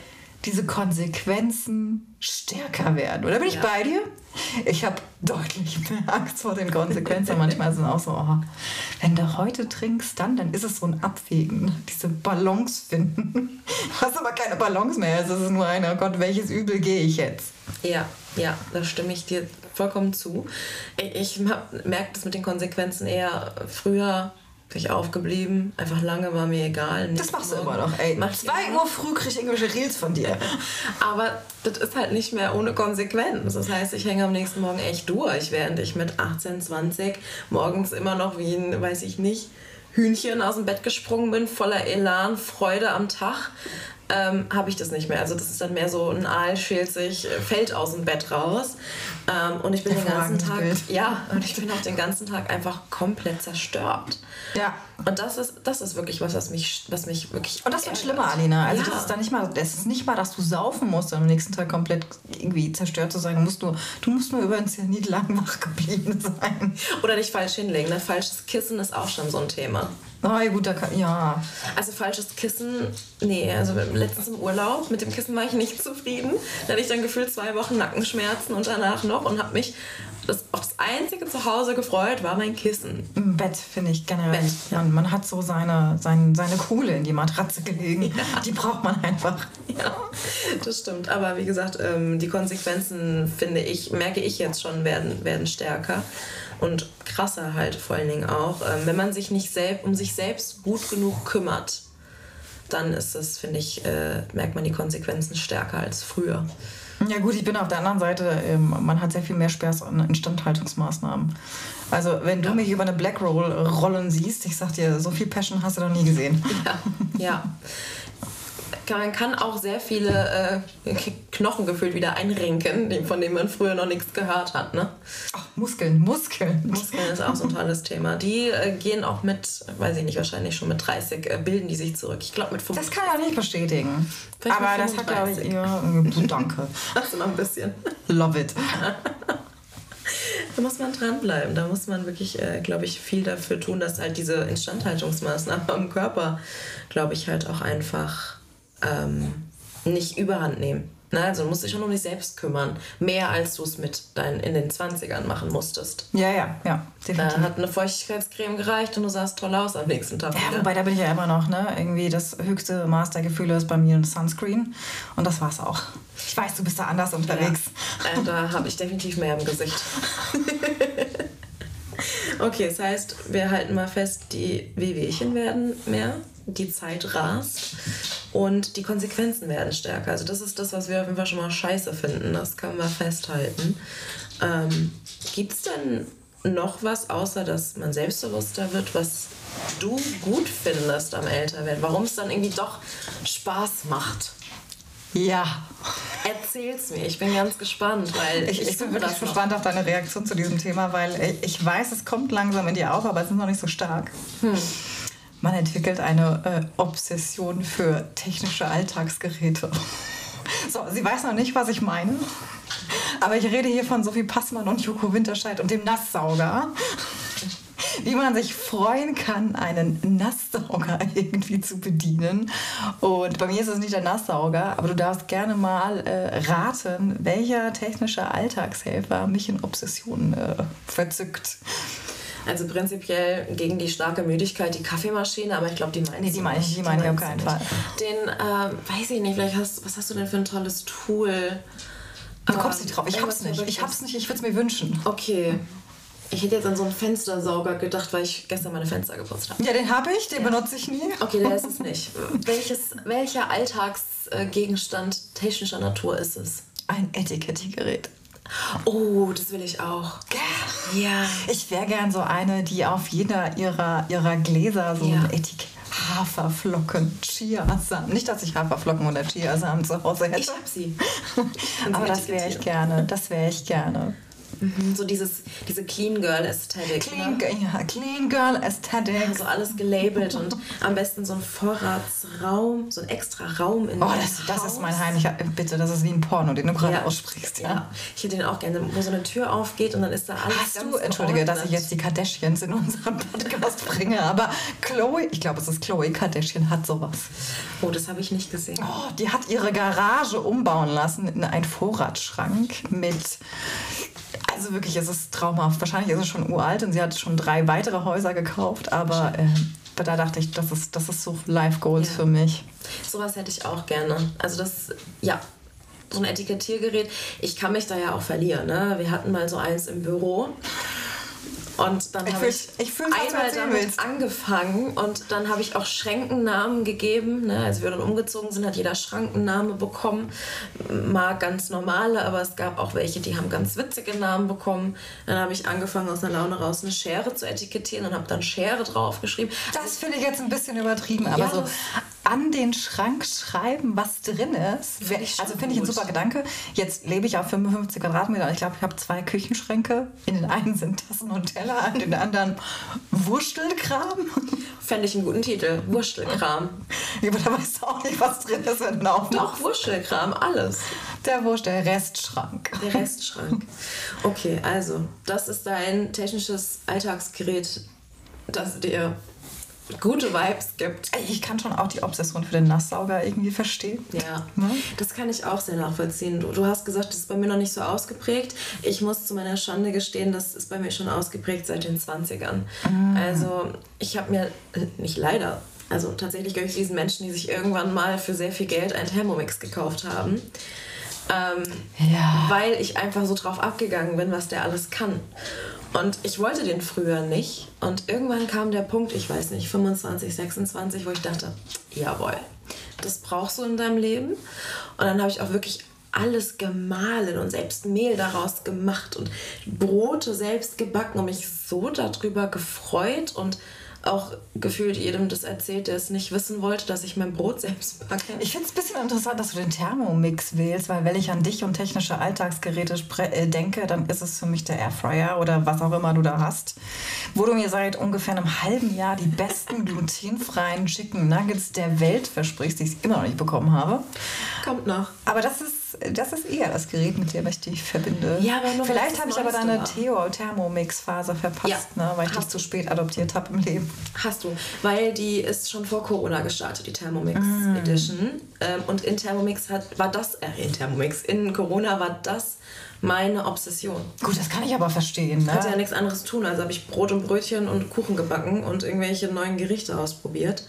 Konsequenzen stärker werden. Oder bin ich bei dir? Ich habe deutlich mehr Angst vor den Konsequenzen. Manchmal sind auch so, wenn du heute trinkst, dann ist es so ein Abwägen, diese Balance finden. Was aber keine Balance mehr ist. Es ist nur oh Gott, welches Übel gehe ich jetzt? Ja, da stimme ich dir vollkommen zu. Ich merke das mit den Konsequenzen eher früher. Bin ich aufgeblieben, einfach lange, war mir egal. Das machst du immer noch, ey. 2 Uhr früh kriege ich irgendwelche Reels von dir. Aber das ist halt nicht mehr ohne Konsequenz. Das heißt, ich hänge am nächsten Morgen echt durch, während ich mit 18, 20 morgens immer noch wie ein, weiß ich nicht, Hühnchen aus dem Bett gesprungen bin, voller Elan, Freude am Tag. Habe ich das nicht mehr. Also das ist dann mehr so, ein Aal fällt aus dem Bett raus. Und ich bin den ganzen Tag, und ich bin auch den ganzen Tag einfach komplett zerstört. Ja. Und das ist wirklich was mich wirklich. Und das wird schlimmer, Alina. Also das ist dann nicht mal, dass du saufen musst, am nächsten Tag komplett irgendwie zerstört zu sein. Du musst nur über ein Zyanid lang wach geblieben sein. Oder dich falsch hinlegen. Ne? Falsches Kissen ist auch schon so ein Thema. Ja gut, ja. Also falsches Kissen, also letztens im Urlaub, mit dem Kissen war ich nicht zufrieden. Da hatte ich dann gefühlt 2 Wochen Nackenschmerzen und danach noch und habe mich aufs einzige zu Hause gefreut, war mein Kissen. Im Bett, finde ich generell. Man hat so seine Kohle in die Matratze gelegen. Ja. Die braucht man einfach. Ja, das stimmt. Aber wie gesagt, die Konsequenzen, merke ich jetzt schon, werden stärker. Und krasser halt vor allen Dingen auch. Wenn man sich nicht um sich selbst gut genug kümmert, dann ist das, finde ich, merkt man die Konsequenzen stärker als früher. Ja gut, ich bin auf der anderen Seite, man hat sehr viel mehr Spaß an Instandhaltungsmaßnahmen. Also wenn du mich über eine Black Roll rollen siehst, ich sag dir, so viel Passion hast du noch nie gesehen. Ja. Man kann auch sehr viele Knochen gefühlt wieder einrenken, von denen man früher noch nichts gehört hat. Ne? Ach, Muskeln. Muskeln ist auch so ein tolles Thema. Die gehen auch mit, weiß ich nicht, wahrscheinlich schon mit 30, bilden die sich zurück. Ich glaube mit 35. Das kann ich auch nicht bestätigen. Vielleicht aber das hat, glaube ich, danke. Hast du noch ein bisschen? Love it. Da muss man dranbleiben. Da muss man wirklich, glaube ich, viel dafür tun, dass halt diese Instandhaltungsmaßnahmen am Körper, glaube ich, halt auch einfach nicht überhand nehmen. Na, also du musst dich schon um dich selbst kümmern. Mehr als du es in den 20ern machen musstest. Ja, definitiv. Da hat eine Feuchtigkeitscreme gereicht und du sahst toll aus am nächsten Tag. Ja, wobei, da bin ich ja immer noch, ne? Irgendwie das höchste Maß der Gefühle ist bei mir ein Sunscreen. Und das war's auch. Ich weiß, du bist da anders unterwegs. Ja, da habe ich definitiv mehr im Gesicht. Okay, das heißt, wir halten mal fest, die Wehwehchen werden mehr, die Zeit rast und die Konsequenzen werden stärker. Also das ist das, was wir auf jeden Fall schon mal scheiße finden. Das können wir festhalten. Gibt es denn noch was, außer dass man selbstbewusster wird, was du gut findest am Älterwerden? Warum es dann irgendwie doch Spaß macht? Ja. Erzähl's mir, ich bin ganz gespannt, weil ich bin wirklich gespannt auf deine Reaktion zu diesem Thema, weil ich weiß, es kommt langsam in dir auf, aber es ist noch nicht so stark. Man entwickelt eine Obsession für technische Alltagsgeräte. So, sie weiß noch nicht, was ich meine, aber ich rede hier von Sophie Passmann und Joko Winterscheid und dem Nasssauger. Wie man sich freuen kann, einen Nasssauger irgendwie zu bedienen. Und bei mir ist es nicht der Nasssauger, aber du darfst gerne mal raten, welcher technische Alltagshelfer mich in Obsessionen verzückt. Also prinzipiell gegen die starke Müdigkeit die Kaffeemaschine, aber ich glaube, die meinst du. Die meine ich auf keinen Fall. Den, weiß ich nicht, was hast du denn für ein tolles Tool? Du kommst nicht drauf, ich hab's nicht, ich würde es mir wünschen. Okay. Ich hätte jetzt an so einen Fenstersauger gedacht, weil ich gestern meine Fenster geputzt habe. Ja, den habe ich, den benutze ich nie. Okay, der ist es nicht. Welcher Alltagsgegenstand technischer Natur ist es? Ein Etikettiergerät. Oh, das will ich auch. Ja. Ich wäre gern so eine, die auf jeder ihrer Gläser so ein Etikett. Haferflocken, Chiasamen. Nicht, dass ich Haferflocken oder Chiasamen zu Hause hätte. Ich hab sie. Aber das wäre ich gerne. So diese Clean Girl Ästhetik. Clean Girl Ästhetik. Ja, so alles gelabelt und am besten so ein Vorratsraum, so ein extra Raum in das ist mein heimlicher. Bitte, das ist wie ein Porno, den du gerade aussprichst. Ja, ich hätte den auch gerne, wo so eine Tür aufgeht und dann ist da alles Entschuldige, dass ich jetzt die Kardashians in unserem Podcast bringe, aber ich glaube, es ist Khloe Kardashian, hat sowas. Oh, das habe ich nicht gesehen. Oh, die hat ihre Garage umbauen lassen in einen Vorratsschrank mit... Also wirklich, es ist traumhaft. Wahrscheinlich ist es schon uralt und sie hat schon 3 weitere Häuser gekauft, aber da dachte ich, das ist so Life Goals für mich. Sowas hätte ich auch gerne. Also so ein Etikettiergerät. Ich kann mich da ja auch verlieren. Ne? Wir hatten mal so eins im Büro. Und dann habe ich einmal damit angefangen und dann habe ich auch Schränkennamen gegeben. Ne? Als wir dann umgezogen sind, hat jeder Schrank einen Namen bekommen. Mal ganz normale, aber es gab auch welche, die haben ganz witzige Namen bekommen. Dann habe ich angefangen, aus einer Laune raus eine Schere zu etikettieren und habe dann Schere draufgeschrieben. Das finde ich jetzt ein bisschen übertrieben, aber so an den Schrank schreiben, was drin ist. Finde ich ein super Gedanke. Jetzt lebe ich auf 55 Quadratmeter und ich glaube, ich habe 2 Küchenschränke. In den einen sind Tassen und Teller, in den anderen Wurstelkram. Fände ich einen guten Titel. Wurstelkram. Ja, aber da weißt du auch nicht, was drin ist, wenn du aufmachst. Doch, Wurstelkram, alles. Der Restschrank. Der Restschrank. Okay, also, das ist dein technisches Alltagsgerät, das dir gute Vibes gibt. Ich kann schon auch die Obsession für den Nasssauger irgendwie verstehen. Ja, das kann ich auch sehr nachvollziehen. Du hast gesagt, das ist bei mir noch nicht so ausgeprägt. Ich muss zu meiner Schande gestehen, das ist bei mir schon ausgeprägt seit den 20ern. Also ich habe mir, nicht leider, also tatsächlich gehöre ich diesen Menschen, die sich irgendwann mal für sehr viel Geld einen Thermomix gekauft haben. Weil ich einfach so drauf abgegangen bin, was der alles kann. Und ich wollte den früher nicht. Und irgendwann kam der Punkt, ich weiß nicht, 25, 26, wo ich dachte, jawohl, das brauchst du in deinem Leben. Und dann habe ich auch wirklich alles gemahlen und selbst Mehl daraus gemacht und Brote selbst gebacken und mich so darüber gefreut und auch gefühlt jedem das erzählt, der es nicht wissen wollte, dass ich mein Brot selbst backe. Ich finde es ein bisschen interessant, dass du den Thermomix wählst, weil wenn ich an dich und technische Alltagsgeräte denke, dann ist es für mich der Airfryer oder was auch immer du da hast, wo du mir seit ungefähr einem halben Jahr die besten glutenfreien Chicken Nuggets der Welt versprichst, die ich immer noch nicht bekommen habe. Kommt noch. Aber das ist das ist eher das Gerät, mit dem ich dich verbinde. Ja, aber nur vielleicht habe ich aber deine war. Thermomix-Phase verpasst, Ja, ne, weil ich dich zu spät adoptiert habe im Leben. Hast du, weil die ist schon vor Corona gestartet, die Thermomix Edition. Und in in Corona war das meine Obsession. Gut, das kann ich aber verstehen. Ne? Ich hatte ja nichts anderes tun, also habe ich Brot und Brötchen und Kuchen gebacken und irgendwelche neuen Gerichte ausprobiert.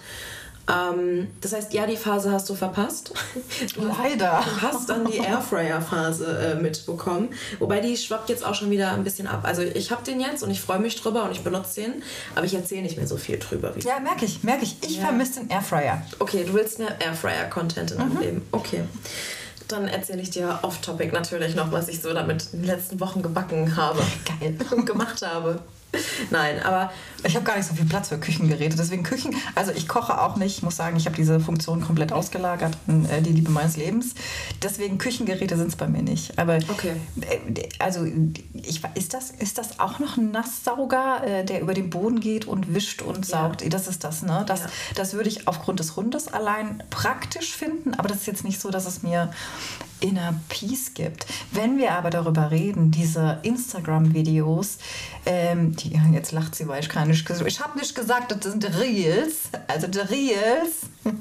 Das heißt, ja, die Phase hast du verpasst. Leider. Du hast dann die Airfryer-Phase mitbekommen. Wobei die schwappt jetzt auch schon wieder ein bisschen ab. Also ich habe den jetzt und ich freue mich drüber und ich benutze den. Aber ich erzähle nicht mehr so viel drüber. Ja, merke ich. Ich vermisse den Airfryer. Okay, du willst mehr Airfryer-Content in deinem Leben. Okay. Dann erzähle ich dir off-topic natürlich noch, was ich so damit in den letzten Wochen gebacken habe. Geil. Und gemacht habe. Nein, aber ich habe gar nicht so viel Platz für Küchengeräte, deswegen also ich koche auch nicht, ich muss sagen, ich habe diese Funktion komplett ausgelagert an die Liebe meines Lebens, deswegen Küchengeräte sind es bei mir nicht, aber okay. Also ist das auch noch ein Nasssauger, der über den Boden geht und wischt und saugt, das ist das, ne? Das würde ich aufgrund des Hundes allein praktisch finden, aber das ist jetzt nicht so, dass es mir Inner Peace gibt. Wenn wir aber darüber reden, diese Instagram-Videos, jetzt lacht sie, weil ich habe nicht gesagt, das sind Reels, also die Reels,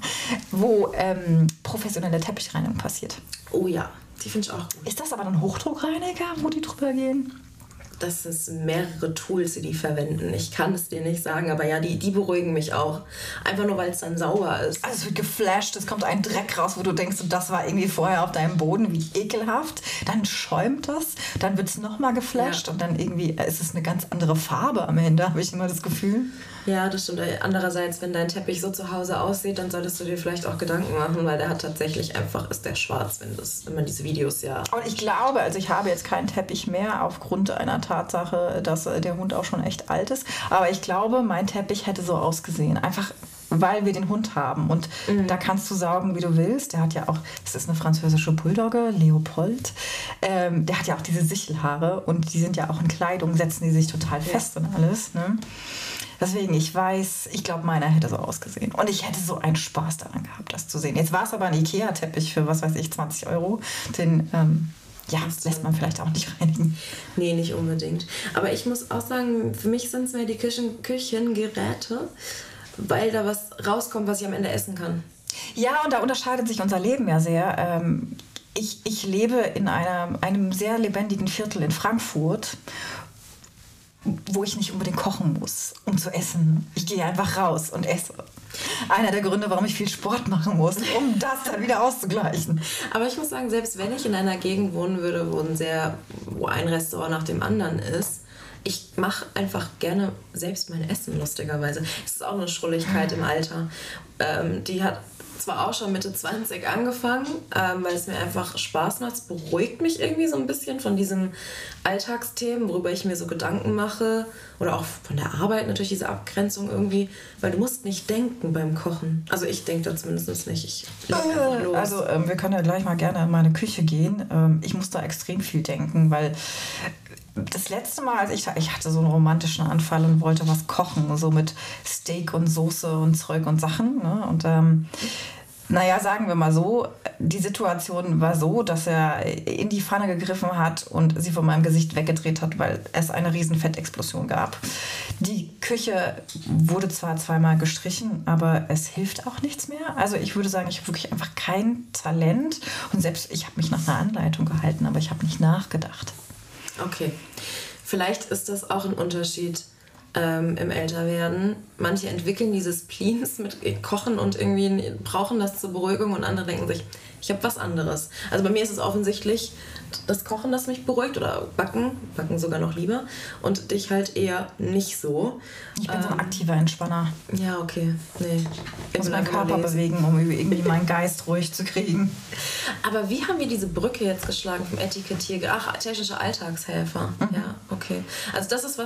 wo professionelle Teppichreinigung passiert. Oh ja, die finde ich auch gut. Ist das aber ein Hochdruckreiniger, wo die drüber gehen? Das sind mehrere Tools, die verwenden. Ich kann es dir nicht sagen, aber ja, die beruhigen mich auch. Einfach nur, weil es dann sauber ist. Also es wird geflasht, es kommt ein Dreck raus, wo du denkst, das war irgendwie vorher auf deinem Boden, wie ekelhaft. Dann schäumt das, dann wird es nochmal geflasht und dann irgendwie ist es eine ganz andere Farbe am Ende, habe ich immer das Gefühl. Ja, das stimmt. Andererseits, wenn dein Teppich so zu Hause aussieht, dann solltest du dir vielleicht auch Gedanken machen, weil der hat tatsächlich ist der schwarz, wenn man diese Videos Und ich glaube, also ich habe jetzt keinen Teppich mehr aufgrund einer Tatsache, dass der Hund auch schon echt alt ist. Aber ich glaube, mein Teppich hätte so ausgesehen. Einfach weil wir den Hund haben. Und da kannst du saugen, wie du willst. Der hat ja auch, das ist eine französische Bulldogge, Leopold. Der hat ja auch diese Sichelhaare und die sind ja auch in Kleidung, setzen die sich total fest und alles. Ne? Deswegen, ich glaube, meiner hätte so ausgesehen. Und ich hätte so einen Spaß daran gehabt, das zu sehen. Jetzt war es aber ein Ikea-Teppich für, 20 €. Den, lässt man vielleicht auch nicht reinigen. Nee, nicht unbedingt. Aber ich muss auch sagen, für mich sind es mehr die Küchengeräte, weil da was rauskommt, was ich am Ende essen kann. Ja, und da unterscheidet sich unser Leben ja sehr. Ich lebe in einem sehr lebendigen Viertel in Frankfurt, wo ich nicht unbedingt kochen muss, um zu essen. Ich gehe einfach raus und esse. Einer der Gründe, warum ich viel Sport machen muss, um das dann wieder auszugleichen. Aber ich muss sagen, selbst wenn ich in einer Gegend wohnen würde, wo ein Restaurant nach dem anderen ist, ich mache einfach gerne selbst mein Essen, lustigerweise. Es ist auch eine Schrulligkeit im Alter. Die hat zwar auch schon Mitte 20 angefangen, weil es mir einfach Spaß macht. Es beruhigt mich irgendwie so ein bisschen von diesen Alltagsthemen, worüber ich mir so Gedanken mache. Oder auch von der Arbeit natürlich, diese Abgrenzung irgendwie. Weil du musst nicht denken beim Kochen. Also ich denke da zumindest nicht. Ich leg einfach los. Also wir können ja gleich mal gerne in meine Küche gehen. Ich muss da extrem viel denken, weil das letzte Mal, als ich hatte so einen romantischen Anfall und wollte was kochen, so mit Steak und Soße und Zeug und Sachen. Ne? Und sagen wir mal so, die Situation war so, dass er in die Pfanne gegriffen hat und sie von meinem Gesicht weggedreht hat, weil es eine riesen Fettexplosion gab. Die Küche wurde zwar zweimal gestrichen, aber es hilft auch nichts mehr. Also ich würde sagen, ich habe wirklich einfach kein Talent. Und selbst ich habe mich nach einer Anleitung gehalten, aber ich habe nicht nachgedacht. Okay, vielleicht ist das auch ein Unterschied im Älterwerden. Manche entwickeln diese Spleens mit Kochen und irgendwie brauchen das zur Beruhigung und andere denken sich, ich habe was anderes. Also bei mir ist es offensichtlich das Kochen, das mich beruhigt oder Backen sogar noch lieber und dich halt eher nicht so. Ich bin so ein aktiver Entspanner. Ja, okay. Nee. Ich muss meinen Körper bewegen, um irgendwie meinen Geist ruhig zu kriegen. Aber wie haben wir diese Brücke jetzt geschlagen vom Etikettier? Ach, technische Alltagshelfer. Ja, okay. Also das ist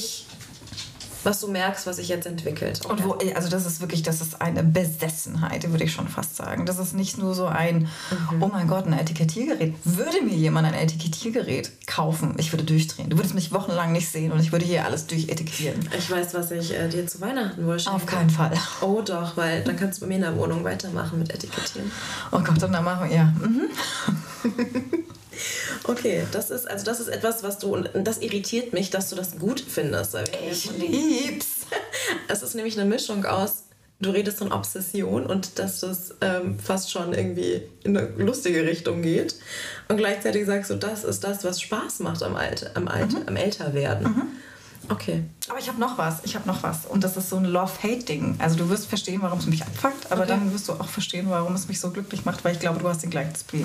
was du merkst, was sich jetzt entwickelt. Okay. Und das ist eine Besessenheit, würde ich schon fast sagen. Das ist nicht nur so ein, oh mein Gott, ein Etikettiergerät. Würde mir jemand ein Etikettiergerät kaufen, ich würde durchdrehen. Du würdest mich wochenlang nicht sehen und ich würde hier alles durchetikettieren. Ich weiß, was ich dir zu Weihnachten wohl schenke. Auf keinen Fall. Oh doch, weil dann kannst du bei mir in der Wohnung weitermachen mit Etikettieren. Oh Gott, und dann machen wir, ja. Okay, das ist etwas, was du, und das irritiert mich, dass du das gut findest. Ich lieb's. Es ist nämlich eine Mischung aus, du redest von Obsession und dass das fast schon irgendwie in eine lustige Richtung geht. Und gleichzeitig sagst du, das ist das, was Spaß macht am Älterwerden. Mhm. Okay. Aber ich habe noch was. Und das ist so ein Love-Hate-Ding. Also du wirst verstehen, warum es mich abfuckt, aber dann wirst du auch verstehen, warum es mich so glücklich macht, weil ich glaube, du hast den gleichen Spiel.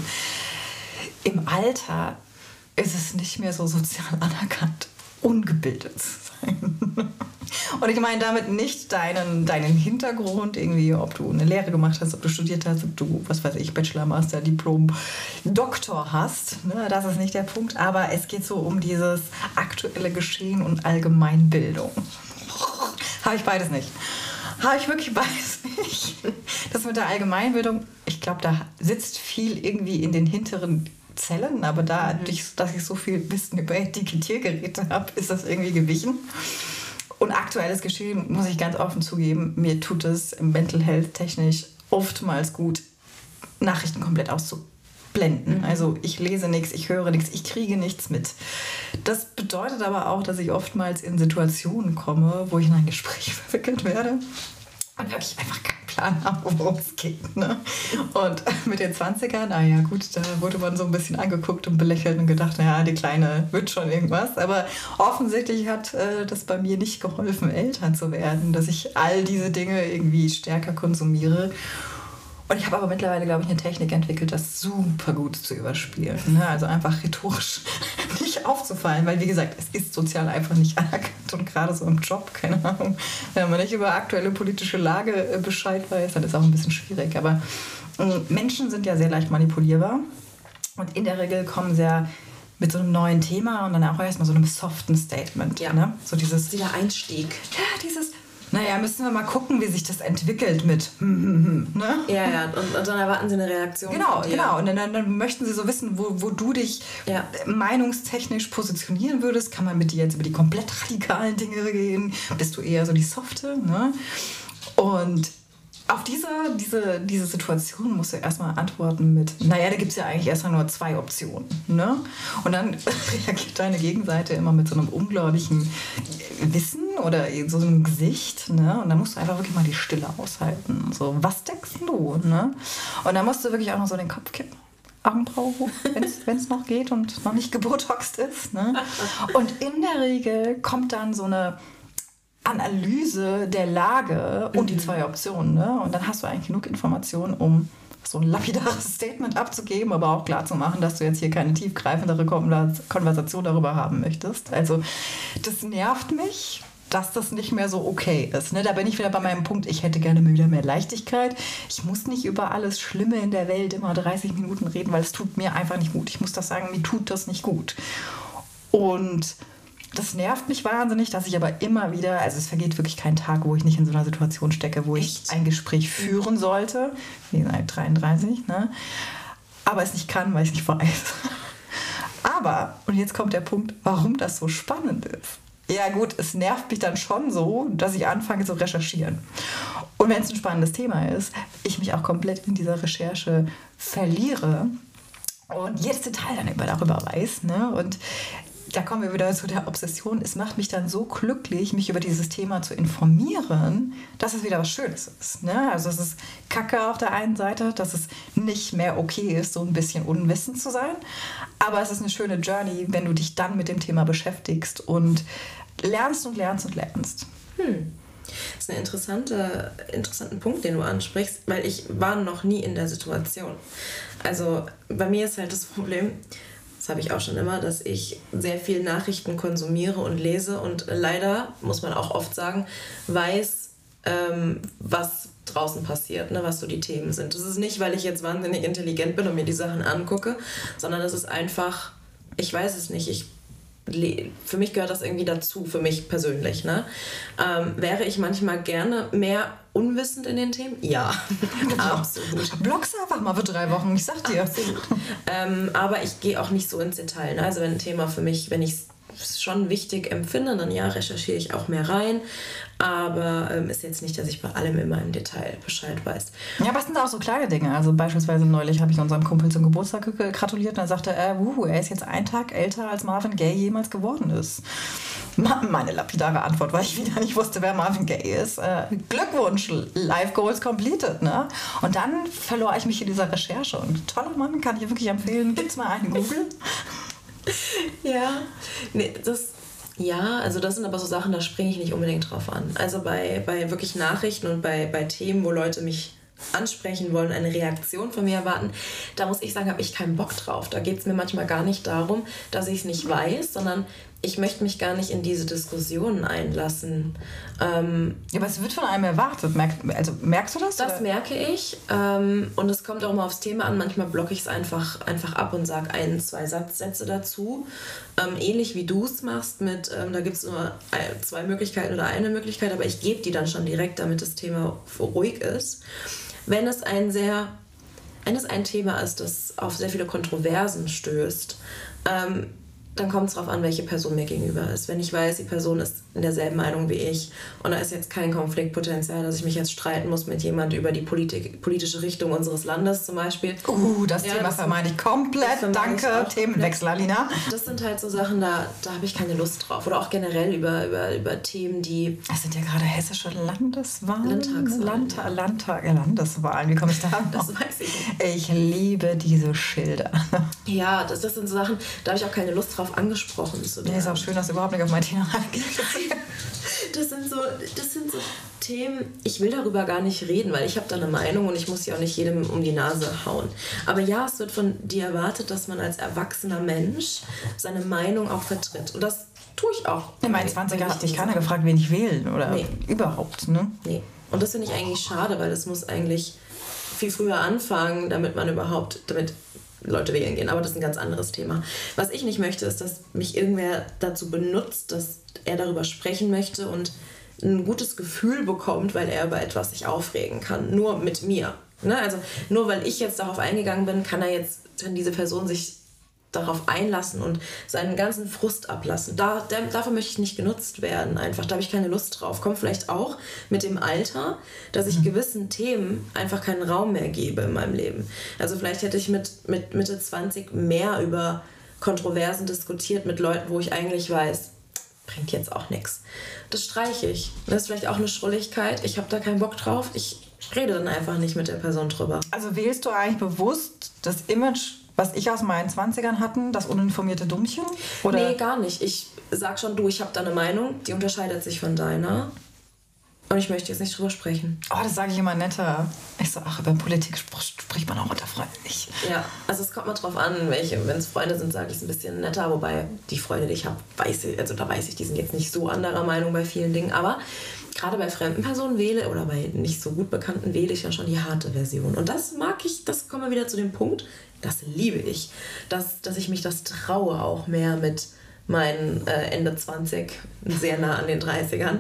Im Alter ist es nicht mehr so sozial anerkannt, ungebildet zu sein. Und ich meine damit nicht deinen Hintergrund, irgendwie, ob du eine Lehre gemacht hast, ob du studiert hast, ob du, was weiß ich, Bachelor, Master, Diplom, Doktor hast. Ne? Das ist nicht der Punkt. Aber es geht so um dieses aktuelle Geschehen und Allgemeinbildung. Habe ich beides nicht. Habe ich wirklich beides nicht. Das mit der Allgemeinbildung, ich glaube, da sitzt viel irgendwie in den hinteren Zellen, aber dadurch, dass ich so viel Wissen über Diktiergeräte habe, ist das irgendwie gewichen. Und aktuelles Geschehen, muss ich ganz offen zugeben, mir tut es Mental Health technisch oftmals gut, Nachrichten komplett auszublenden. Also ich lese nichts, ich höre nichts, ich kriege nichts mit. Das bedeutet aber auch, dass ich oftmals in Situationen komme, wo ich in ein Gespräch verwickelt werde und wirklich einfach keinen Plan habe, worum es geht. Ne? Und mit den 20ern, naja gut, da wurde man so ein bisschen angeguckt und belächelt und gedacht, naja, die Kleine wird schon irgendwas. Aber offensichtlich hat das bei mir nicht geholfen, Eltern zu werden, dass ich all diese Dinge irgendwie stärker konsumiere. Und ich habe aber mittlerweile, glaube ich, eine Technik entwickelt, das super gut zu überspielen. Ne? Also einfach rhetorisch nicht aufzufallen, weil, wie gesagt, es ist sozial einfach nicht anerkannt und gerade so im Job, keine Ahnung, wenn man nicht über aktuelle politische Lage Bescheid weiß, dann ist es auch ein bisschen schwierig. Aber Menschen sind ja sehr leicht manipulierbar und in der Regel kommen sie ja mit so einem neuen Thema und dann auch erstmal so einem soften Statement. Ja. Ne? So dieser Einstieg. Ja, naja, müssen wir mal gucken, wie sich das entwickelt mit ne? Ja, und dann erwarten sie eine Reaktion. Genau. Und dann möchten sie so wissen, wo du dich meinungstechnisch positionieren würdest. Kann man mit dir jetzt über die komplett radikalen Dinge gehen? Bist du eher so die softe? Ne? Und auf diese Situation musst du erstmal antworten mit, naja, da gibt es ja eigentlich erstmal nur 2 Optionen. Ne? Und dann reagiert deine Gegenseite immer mit so einem unglaublichen Wissen oder so einem Gesicht. Ne? Und dann musst du einfach wirklich mal die Stille aushalten. So, was denkst du? Ne? Und dann musst du wirklich auch noch so den Kopf kippen. Augenbraue hoch, wenn es noch geht und noch nicht gebotoxt ist. Ne? Und in der Regel kommt dann so eine Analyse der Lage und die 2 Optionen. Ne? Und dann hast du eigentlich genug Informationen, um so ein lapidares Statement abzugeben, aber auch klar zu machen, dass du jetzt hier keine tiefgreifendere Konversation darüber haben möchtest. Also das nervt mich, dass das nicht mehr so okay ist. Ne? Da bin ich wieder bei meinem Punkt, ich hätte gerne wieder mehr Leichtigkeit. Ich muss nicht über alles Schlimme in der Welt immer 30 Minuten reden, weil es tut mir einfach nicht gut. Ich muss das sagen, mir tut das nicht gut. Und das nervt mich wahnsinnig, dass ich aber immer wieder, also es vergeht wirklich kein Tag, wo ich nicht in so einer Situation stecke, wo ich ein Gespräch führen sollte, wie gesagt, 33, ne? Aber es nicht kann, weil ich es nicht weiß. Aber, und jetzt kommt der Punkt, warum das so spannend ist. Ja gut, es nervt mich dann schon so, dass ich anfange zu recherchieren. Und wenn es ein spannendes Thema ist, ich mich auch komplett in dieser Recherche verliere und jedes Detail dann darüber weiß, ne? Und da kommen wir wieder zu der Obsession. Es macht mich dann so glücklich, mich über dieses Thema zu informieren, dass es wieder was Schönes ist. Ne? Also es ist Kacke auf der einen Seite, dass es nicht mehr okay ist, so ein bisschen unwissend zu sein. Aber es ist eine schöne Journey, wenn du dich dann mit dem Thema beschäftigst und lernst und lernst und lernst. Das ist ein interessanten Punkt, den du ansprichst, weil ich war noch nie in der Situation. Also bei mir ist halt das Problem, das habe ich auch schon immer, dass ich sehr viel Nachrichten konsumiere und lese und leider, muss man auch oft sagen, weiß, was draußen passiert, ne, was so die Themen sind. Das ist nicht, weil ich jetzt wahnsinnig intelligent bin und mir die Sachen angucke, sondern das ist einfach, ich weiß es nicht, für mich gehört das irgendwie dazu, für mich persönlich. Ne? Wäre ich manchmal gerne mehr unwissend in den Themen? Ja, absolut. Block's einfach mal für 3 Wochen, ich sag dir. Absolut. Aber ich gehe auch nicht so ins Detail. Ne? Also wenn ein Thema für mich, wenn ich es es schon wichtig empfinde, dann ja, recherchiere ich auch mehr rein. Aber ist jetzt nicht, dass ich bei allem immer im Detail Bescheid weiß. Ja, aber es sind auch so kleine Dinge. Also beispielsweise neulich habe ich unserem Kumpel zum Geburtstag gratuliert und er sagte, er ist jetzt einen Tag älter, als Marvin Gaye jemals geworden ist. Meine lapidare Antwort, weil ich wieder nicht wusste, wer Marvin Gaye ist. Glückwunsch, Life Goals completed. Ne? Und dann verlor ich mich in dieser Recherche. Und toller Mann, kann ich wirklich empfehlen. Gibt's mal einen Google? Ja, nee, also das sind aber so Sachen, da springe ich nicht unbedingt drauf an. Also bei wirklich Nachrichten und bei Themen, wo Leute mich ansprechen wollen, eine Reaktion von mir erwarten, da muss ich sagen, habe ich keinen Bock drauf. Da geht es mir manchmal gar nicht darum, dass ich es nicht weiß, sondern ich möchte mich gar nicht in diese Diskussionen einlassen. Ja, aber es wird von einem erwartet. Merkst du das? Das merke ich. Und es kommt auch mal aufs Thema an. Manchmal blocke ich es einfach ab und sage 1, 2 Sätze dazu. Ähnlich wie du es machst mit, da gibt es nur 2 Möglichkeiten oder eine Möglichkeit, aber ich gebe die dann schon direkt, damit das Thema ruhig ist. Wenn es ein Thema ist, das auf sehr viele Kontroversen stößt, dann kommt es darauf an, welche Person mir gegenüber ist. Wenn ich weiß, die Person ist in derselben Meinung wie ich und da ist jetzt kein Konfliktpotenzial, dass ich mich jetzt streiten muss mit jemand über die politische Richtung unseres Landes zum Beispiel. Das Thema vermeide ich komplett. Danke, Themenwechsel, Alina. Das sind halt so Sachen, da habe ich keine Lust drauf. Oder auch generell über Themen, die... Es sind ja gerade hessische Landeswahlen. Landtagswahlen. Landeswahlen, wie komme ich da an? Das weiß ich nicht. Ich liebe diese Schilder. Ja, das sind so Sachen, da habe ich auch keine Lust drauf, angesprochen zu werden. Ja, ist auch schön, dass du überhaupt nicht auf mein Thema reingehst. Das sind so Themen, ich will darüber gar nicht reden, weil ich habe da eine Meinung und ich muss ja auch nicht jedem um die Nase hauen. Aber ja, es wird von dir erwartet, dass man als erwachsener Mensch seine Meinung auch vertritt. Und das tue ich auch. In meinen 20ern hat dich keiner gefragt, wen ich wählen oder überhaupt, ne? Nee. Und das finde ich eigentlich schade, weil es muss eigentlich viel früher anfangen, damit Leute wählen gehen, aber das ist ein ganz anderes Thema. Was ich nicht möchte, ist, dass mich irgendwer dazu benutzt, dass er darüber sprechen möchte und ein gutes Gefühl bekommt, weil er über etwas sich aufregen kann. Nur mit mir. Ne? Also nur weil ich jetzt darauf eingegangen bin, kann diese Person sich darauf einlassen und seinen ganzen Frust ablassen. Dafür möchte ich nicht genutzt werden. Einfach, da habe ich keine Lust drauf. Kommt vielleicht auch mit dem Alter, dass ich gewissen Themen einfach keinen Raum mehr gebe in meinem Leben. Also vielleicht hätte ich mit Mitte 20 mehr über Kontroversen diskutiert mit Leuten, wo ich eigentlich weiß, bringt jetzt auch nichts. Das streiche ich. Das ist vielleicht auch eine Schrulligkeit. Ich habe da keinen Bock drauf. Ich rede dann einfach nicht mit der Person drüber. Also wählst du eigentlich bewusst das Image, was ich aus meinen 20ern hatten, das uninformierte Dummchen? Oder? Nee, gar nicht. Ich sag schon, ich habe da eine Meinung, die unterscheidet sich von deiner. Und ich möchte jetzt nicht drüber sprechen. Oh, das sage ich immer netter. Ich so, über Politik spricht man auch unter Freunden nicht. Ja, also es kommt mal drauf an, wenn es Freunde sind, sage ich es ein bisschen netter. Wobei die Freunde, die ich habe, da weiß ich, die sind jetzt nicht so anderer Meinung bei vielen Dingen. Aber gerade bei fremden Personen oder bei nicht so gut bekannten wähle ich ja schon die harte Version. Und das mag ich, das kommen wir wieder zu dem Punkt, das liebe ich, dass ich mich das traue, auch mehr mit meinen Ende 20, sehr nah an den 30ern.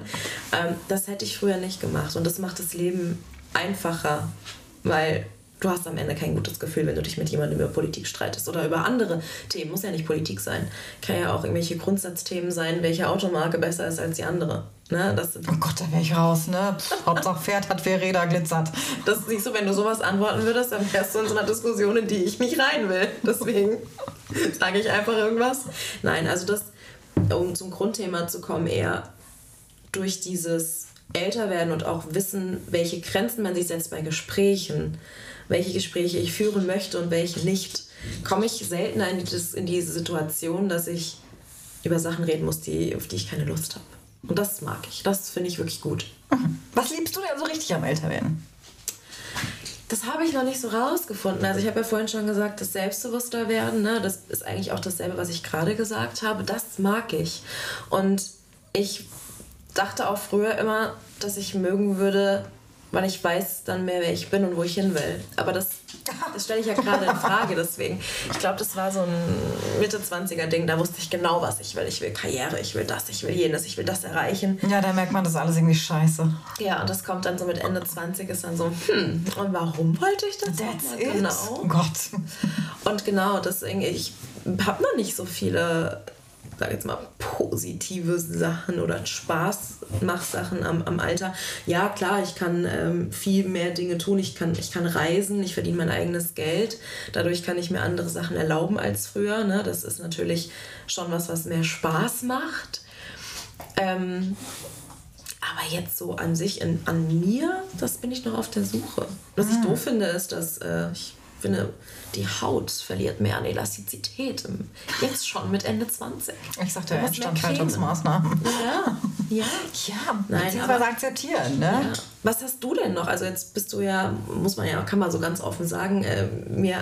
Das hätte ich früher nicht gemacht. Und das macht das Leben einfacher, weil du hast am Ende kein gutes Gefühl, wenn du dich mit jemandem über Politik streitest oder über andere Themen. Muss ja nicht Politik sein. Kann ja auch irgendwelche Grundsatzthemen sein, welche Automarke besser ist als die andere. Ne? Oh Gott, da wäre ich raus, ne? Hauptsache Pferd hat 4 Räder, glitzert. Das siehst du, wenn du sowas antworten würdest, dann wärst du in so einer Diskussion, in die ich mich rein will. Deswegen sage ich einfach irgendwas. Nein, also um zum Grundthema zu kommen, eher durch dieses Älterwerden und auch wissen, welche Grenzen man sich setzt bei Gesprächen, welche Gespräche ich führen möchte und welche nicht, komme ich seltener in diese Situation, dass ich über Sachen reden muss, auf die ich keine Lust habe. Und das mag ich. Das finde ich wirklich gut. Was liebst du denn so richtig am Älterwerden? Das habe ich noch nicht so rausgefunden. Also ich habe ja vorhin schon gesagt, das selbstbewusster werden, ne, das ist eigentlich auch dasselbe, was ich gerade gesagt habe. Das mag ich. Und ich dachte auch früher immer, dass ich mögen würde, weil ich weiß dann mehr, wer ich bin und wo ich hin will. Aber das stelle ich ja gerade in Frage, deswegen. Ich glaube, das war so ein Mitte-20er-Ding, da wusste ich genau, was ich will. Ich will Karriere, ich will das, ich will jenes, ich will das erreichen. Ja, da merkt man, das ist alles irgendwie scheiße. Ja, und das kommt dann so mit Ende 20, ist dann so, und warum wollte ich das? That's it. Genau. Oh Gott. Und genau, deswegen, ich habe noch nicht so viele sage jetzt mal, positive Sachen oder Spaßmachsachen am Alter. Ja, klar, ich kann viel mehr Dinge tun. Ich kann reisen, ich verdiene mein eigenes Geld. Dadurch kann ich mir andere Sachen erlauben als früher. Ne? Das ist natürlich schon was mehr Spaß macht. Aber jetzt so an sich, an mir, das bin ich noch auf der Suche. Was ich doof finde, ist, dass ich finde, die Haut verliert mehr an Elastizität. Jetzt schon mit Ende 20. Ich sagte ja, Instandhaltungsmaßnahmen. Ja. Beziehungsweise akzeptieren, ne? Ja. Was hast du denn noch? Also jetzt bist du ja, kann man so ganz offen sagen, mir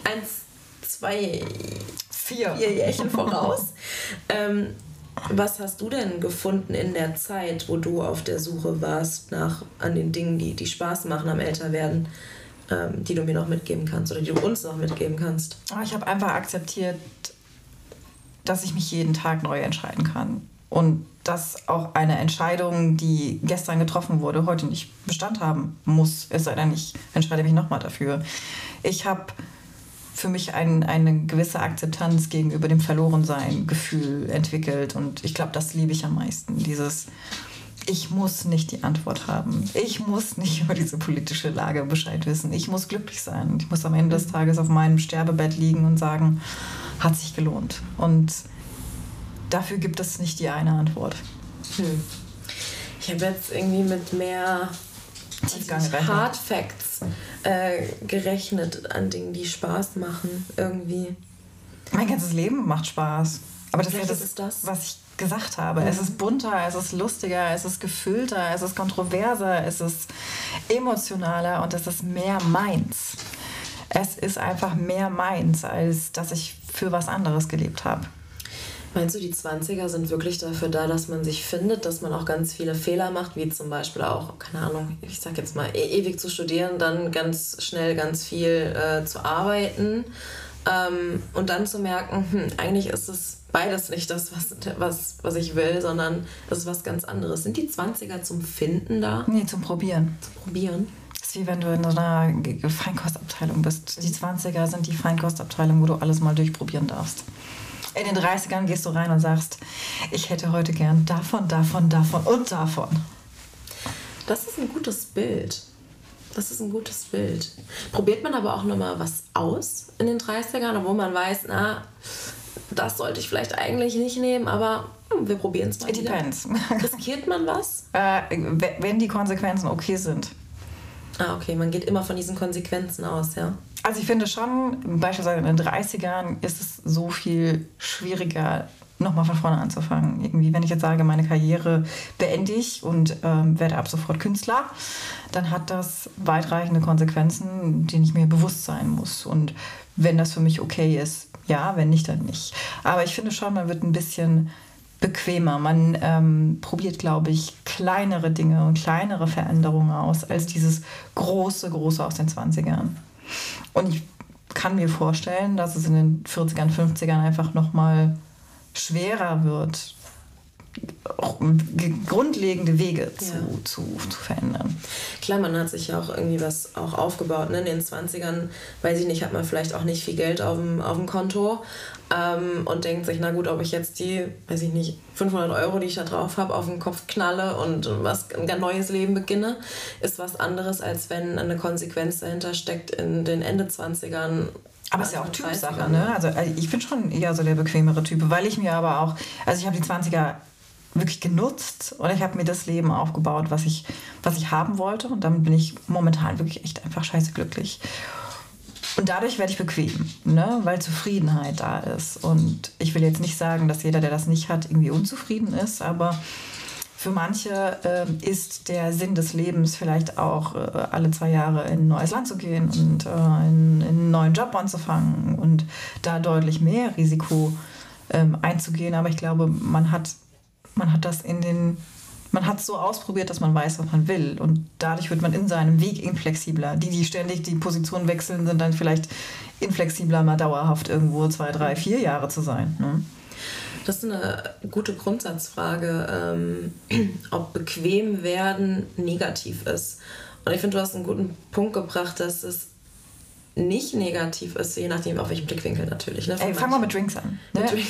4 Jährchen voraus. Was hast du denn gefunden in der Zeit, wo du auf der Suche warst an den Dingen, die Spaß machen am Älterwerden, die du mir noch mitgeben kannst oder die du uns noch mitgeben kannst? Ich habe einfach akzeptiert, dass ich mich jeden Tag neu entscheiden kann. Und dass auch eine Entscheidung, die gestern getroffen wurde, heute nicht Bestand haben muss. Es sei denn, ich entscheide mich nochmal dafür. Ich habe für mich eine gewisse Akzeptanz gegenüber dem Verlorensein-Gefühl entwickelt. Und ich glaube, das liebe ich am meisten. Dieses, ich muss nicht die Antwort haben. Ich muss nicht über diese politische Lage Bescheid wissen. Ich muss glücklich sein. Ich muss am Ende des Tages auf meinem Sterbebett liegen und sagen, hat sich gelohnt. Und dafür gibt es nicht die eine Antwort. Ich habe jetzt irgendwie mit mehr Hard Facts gerechnet an Dingen, die Spaß machen irgendwie. Mein ganzes Leben macht Spaß. Aber das ist das, was ich gesagt habe. Es ist bunter, es ist lustiger, es ist gefüllter, es ist kontroverser, es ist emotionaler und es ist mehr meins. Es ist einfach mehr meins, als dass ich für was anderes gelebt habe. Meinst du, die 20er sind wirklich dafür da, dass man sich findet, dass man auch ganz viele Fehler macht, wie zum Beispiel auch, keine Ahnung, ich sag jetzt mal, ewig zu studieren, dann ganz schnell ganz viel zu arbeiten und dann zu merken, eigentlich ist es beides nicht das, was ich will, sondern es ist was ganz anderes. Sind die 20er zum Finden da? Nee, zum Probieren. Zum Probieren? Das ist wie wenn du in so einer Feinkostabteilung bist. Die 20er sind die Feinkostabteilung, wo du alles mal durchprobieren darfst. In den 30ern gehst du rein und sagst, ich hätte heute gern davon, davon, davon und davon. Das ist ein gutes Bild. Probiert man aber auch nochmal was aus in den 30ern, wo man weiß, das sollte ich vielleicht eigentlich nicht nehmen, aber wir probieren es mal. It depends. Riskiert man was? Wenn die Konsequenzen okay sind. Okay, man geht immer von diesen Konsequenzen aus, ja. Also ich finde schon, beispielsweise in den 30ern ist es so viel schwieriger, nochmal von vorne anzufangen. Irgendwie, wenn ich jetzt sage, meine Karriere beende ich und werde ab sofort Künstler, dann hat das weitreichende Konsequenzen, denen ich mir bewusst sein muss. Und wenn das für mich okay ist, ja, wenn nicht, dann nicht. Aber ich finde schon, man wird ein bisschen bequemer. Man probiert, glaube ich, kleinere Dinge und kleinere Veränderungen aus, als dieses große aus den 20ern. Und ich kann mir vorstellen, dass es in den 40ern, 50ern einfach nochmal schwerer wird, grundlegende Wege zu verändern. Klar, man hat sich ja auch irgendwie was auch aufgebaut. Ne? In den 20ern, weiß ich nicht, hat man vielleicht auch nicht viel Geld auf dem Konto und denkt sich, na gut, ob ich jetzt die, weiß ich nicht, 500 Euro, die ich da drauf habe, auf den Kopf knalle und ein neues Leben beginne, ist was anderes, als wenn eine Konsequenz dahinter steckt in den Ende 20ern. Aber es ist ja auch Typsache, ne? Also ich bin schon eher so der bequemere Typ, weil ich mir aber auch, also ich habe die 20er wirklich genutzt und ich habe mir das Leben aufgebaut, was ich haben wollte und damit bin ich momentan wirklich echt einfach scheiße glücklich. Und dadurch werde ich bequem, ne? Weil Zufriedenheit da ist. Und ich will jetzt nicht sagen, dass jeder, der das nicht hat, irgendwie unzufrieden ist, aber für manche ist der Sinn des Lebens vielleicht auch alle 2 Jahre in ein neues Land zu gehen und in einen neuen Job anzufangen und da deutlich mehr Risiko einzugehen. Aber ich glaube, man hat es so ausprobiert, dass man weiß, was man will. Und dadurch wird man in seinem Weg inflexibler. Die ständig die Position wechseln, sind dann vielleicht inflexibler, mal dauerhaft irgendwo 2, 3, 4 Jahre zu sein. Ne? Das ist eine gute Grundsatzfrage, ob bequem werden negativ ist. Und ich finde, du hast einen guten Punkt gebracht, dass es nicht negativ ist, je nachdem, auf welchem Blickwinkel natürlich. Ne? Fangen wir mit Drinks an. Ne?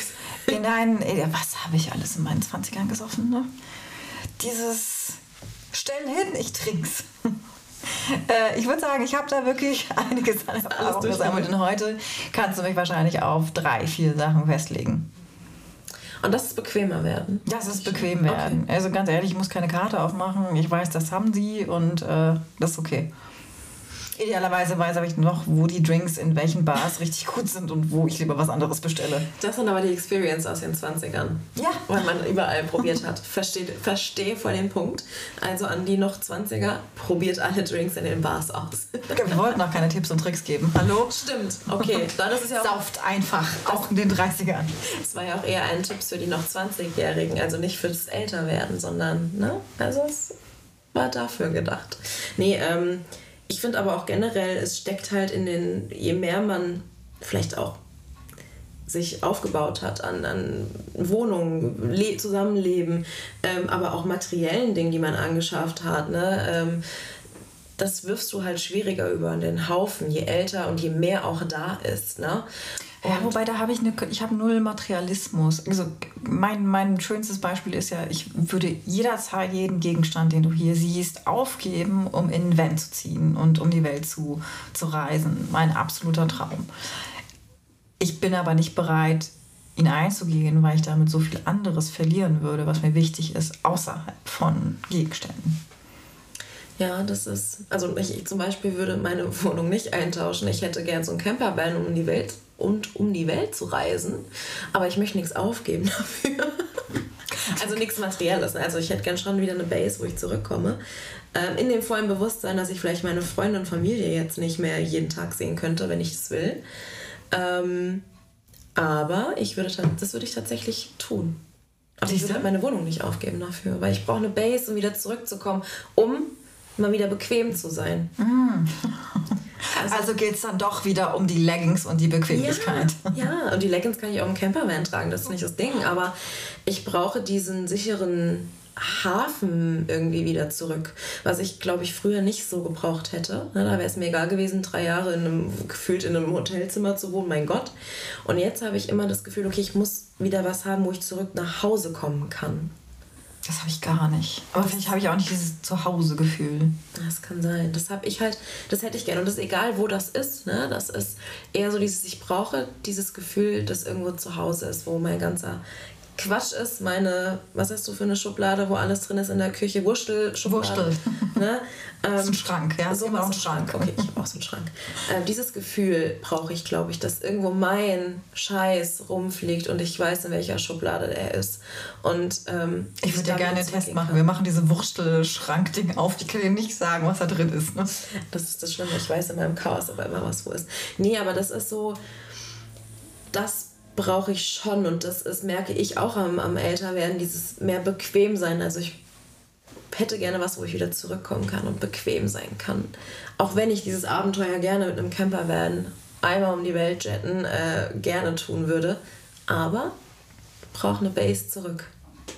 was habe ich alles in meinen 20ern gesoffen, ne? Dieses Stellen hin, ich trink's. Ich würde sagen, ich habe da wirklich einiges an Erfahrung gesammelt und heute kannst du mich wahrscheinlich auf 3, 4 Sachen festlegen. Und das ist bequemer werden? Das ist bequem werden. Okay. Also ganz ehrlich, ich muss keine Karte aufmachen. Ich weiß, das haben sie und das ist okay. Idealerweise weiß ich noch, wo die Drinks in welchen Bars richtig gut sind und wo ich lieber was anderes bestelle. Das sind aber die Experience aus den 20ern. Ja. Weil man überall probiert hat. Verstehe voll den Punkt. Also an die noch 20er, probiert alle Drinks in den Bars aus. Wir wollten noch keine Tipps und Tricks geben. Hallo? Stimmt. Okay. Dann ist es ja auch sauft einfach, auch in den 30ern. Es war ja auch eher ein Tipp für die noch 20-Jährigen. Also nicht für das Älterwerden, sondern, ne? Also es war dafür gedacht. Nee, ich finde aber auch generell, es steckt halt in den, je mehr man vielleicht auch sich aufgebaut hat an Wohnungen, Zusammenleben, aber auch materiellen Dingen, die man angeschafft hat, ne? Das wirfst du halt schwieriger über den Haufen, je älter und je mehr auch da ist, ne? Ja, wobei da habe ich habe null Materialismus. Also mein schönstes Beispiel ist ja, ich würde jederzeit jeden Gegenstand, den du hier siehst, aufgeben, um in ein Van zu ziehen und um die Welt zu reisen. Mein absoluter Traum. Ich bin aber nicht bereit, ihn einzugehen, weil ich damit so viel anderes verlieren würde, was mir wichtig ist, außerhalb von Gegenständen. Ja, das ist, also ich zum Beispiel würde meine Wohnung nicht eintauschen. Ich hätte gern so einen Campervan um die Welt zu reisen, aber ich möchte nichts aufgeben dafür. Also nichts Materielles. Also ich hätte gern schon wieder eine Base, wo ich zurückkomme. In dem vollen Bewusstsein, dass ich vielleicht meine Freunde und Familie jetzt nicht mehr jeden Tag sehen könnte, wenn ich es will. Aber das würde ich tatsächlich tun. Aber ich würde halt meine Wohnung nicht aufgeben dafür, weil ich brauche eine Base, um wieder zurückzukommen, um mal wieder bequem zu sein. Also geht es dann doch wieder um die Leggings und die Bequemlichkeit. Ja, und die Leggings kann ich auch im Campervan tragen, das ist nicht das Ding. Aber ich brauche diesen sicheren Hafen irgendwie wieder zurück, was ich, glaube ich, früher nicht so gebraucht hätte. Da wäre es mir egal gewesen, 3 Jahre gefühlt in einem Hotelzimmer zu wohnen, mein Gott. Und jetzt habe ich immer das Gefühl, okay, ich muss wieder was haben, wo ich zurück nach Hause kommen kann. Das habe ich gar nicht. Aber vielleicht habe ich auch nicht dieses Zuhause-Gefühl. Das kann sein. Das hätte ich gerne. Und das ist egal, wo das ist. Ne? Das ist eher so ich brauche dieses Gefühl, das irgendwo zu Hause ist, wo mein ganzer Quatsch ist. Was hast du für eine Schublade, wo alles drin ist in der Küche? Wurstel. Ne? Das ist ein Schrank, ja. So ein Schrank. Okay, ich habe auch so einen Schrank. Dieses Gefühl brauche ich, glaube ich, dass irgendwo mein Scheiß rumfliegt und ich weiß, in welcher Schublade der ist. Und ich würde ja gerne einen Test machen. Wir machen diese Wurstel-Schrank-Ding auf. Ich kann dir nicht sagen, was da drin ist. Ne? Das ist das Schlimme. Ich weiß in meinem Chaos aber immer, was wo ist. Nee, aber das ist so, das brauche ich schon und merke ich auch am Älterwerden, dieses mehr bequem sein. Also ich hätte gerne was, wo ich wieder zurückkommen kann und bequem sein kann. Auch wenn ich dieses Abenteuer gerne mit einem Campervan einmal um die Welt jetten gerne tun würde. Aber ich brauche eine Base zurück.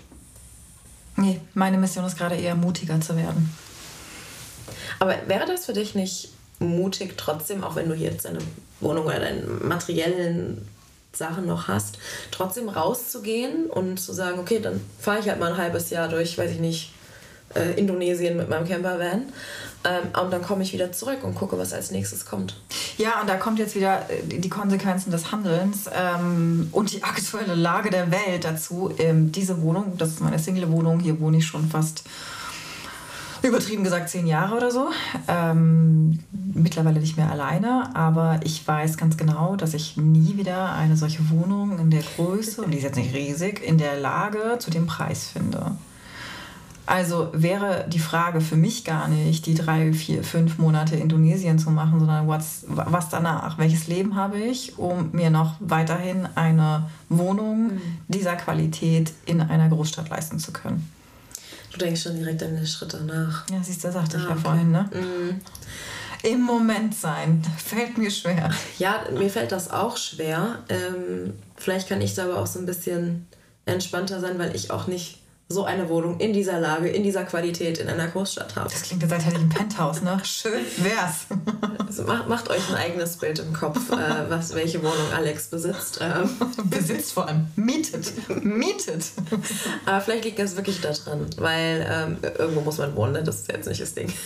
Nee, meine Mission ist gerade eher mutiger zu werden. Aber wäre das für dich nicht mutig trotzdem, auch wenn du jetzt deine Wohnung oder deinen materiellen Sachen noch hast, trotzdem rauszugehen und zu sagen, okay, dann fahre ich halt mal ein halbes Jahr durch, weiß ich nicht, Indonesien mit meinem Campervan und dann komme ich wieder zurück und gucke, was als nächstes kommt. Ja, und da kommt jetzt wieder die Konsequenzen des Handelns und die aktuelle Lage der Welt dazu. Diese Wohnung, das ist meine Single-Wohnung, hier wohne ich schon fast übertrieben gesagt 10 Jahre oder so. Mittlerweile nicht mehr alleine, aber ich weiß ganz genau, dass ich nie wieder eine solche Wohnung in der Größe, und die ist jetzt nicht riesig, in der Lage zu dem Preis finde. Also wäre die Frage für mich gar nicht, die 3, 4, 5 Monate Indonesien zu machen, sondern was danach? Welches Leben habe ich, um mir noch weiterhin eine Wohnung dieser Qualität in einer Großstadt leisten zu können? Du denkst schon direkt an den Schritt danach. Ja, siehst du, sagte ich ja vorhin, ne? Im Moment sein, fällt mir schwer. Ja, mir fällt das auch schwer. Vielleicht kann ich da aber auch so ein bisschen entspannter sein, weil ich auch nicht so eine Wohnung in dieser Lage, in dieser Qualität in einer Großstadt habe. Das klingt, als hätte ich ein Penthouse, ne? Schön wär's. Also macht euch ein eigenes Bild im Kopf, welche Wohnung Alex besitzt. Besitzt vor allem. Mietet. Aber vielleicht liegt das wirklich daran, weil irgendwo muss man wohnen, ne? Das ist jetzt nicht das Ding.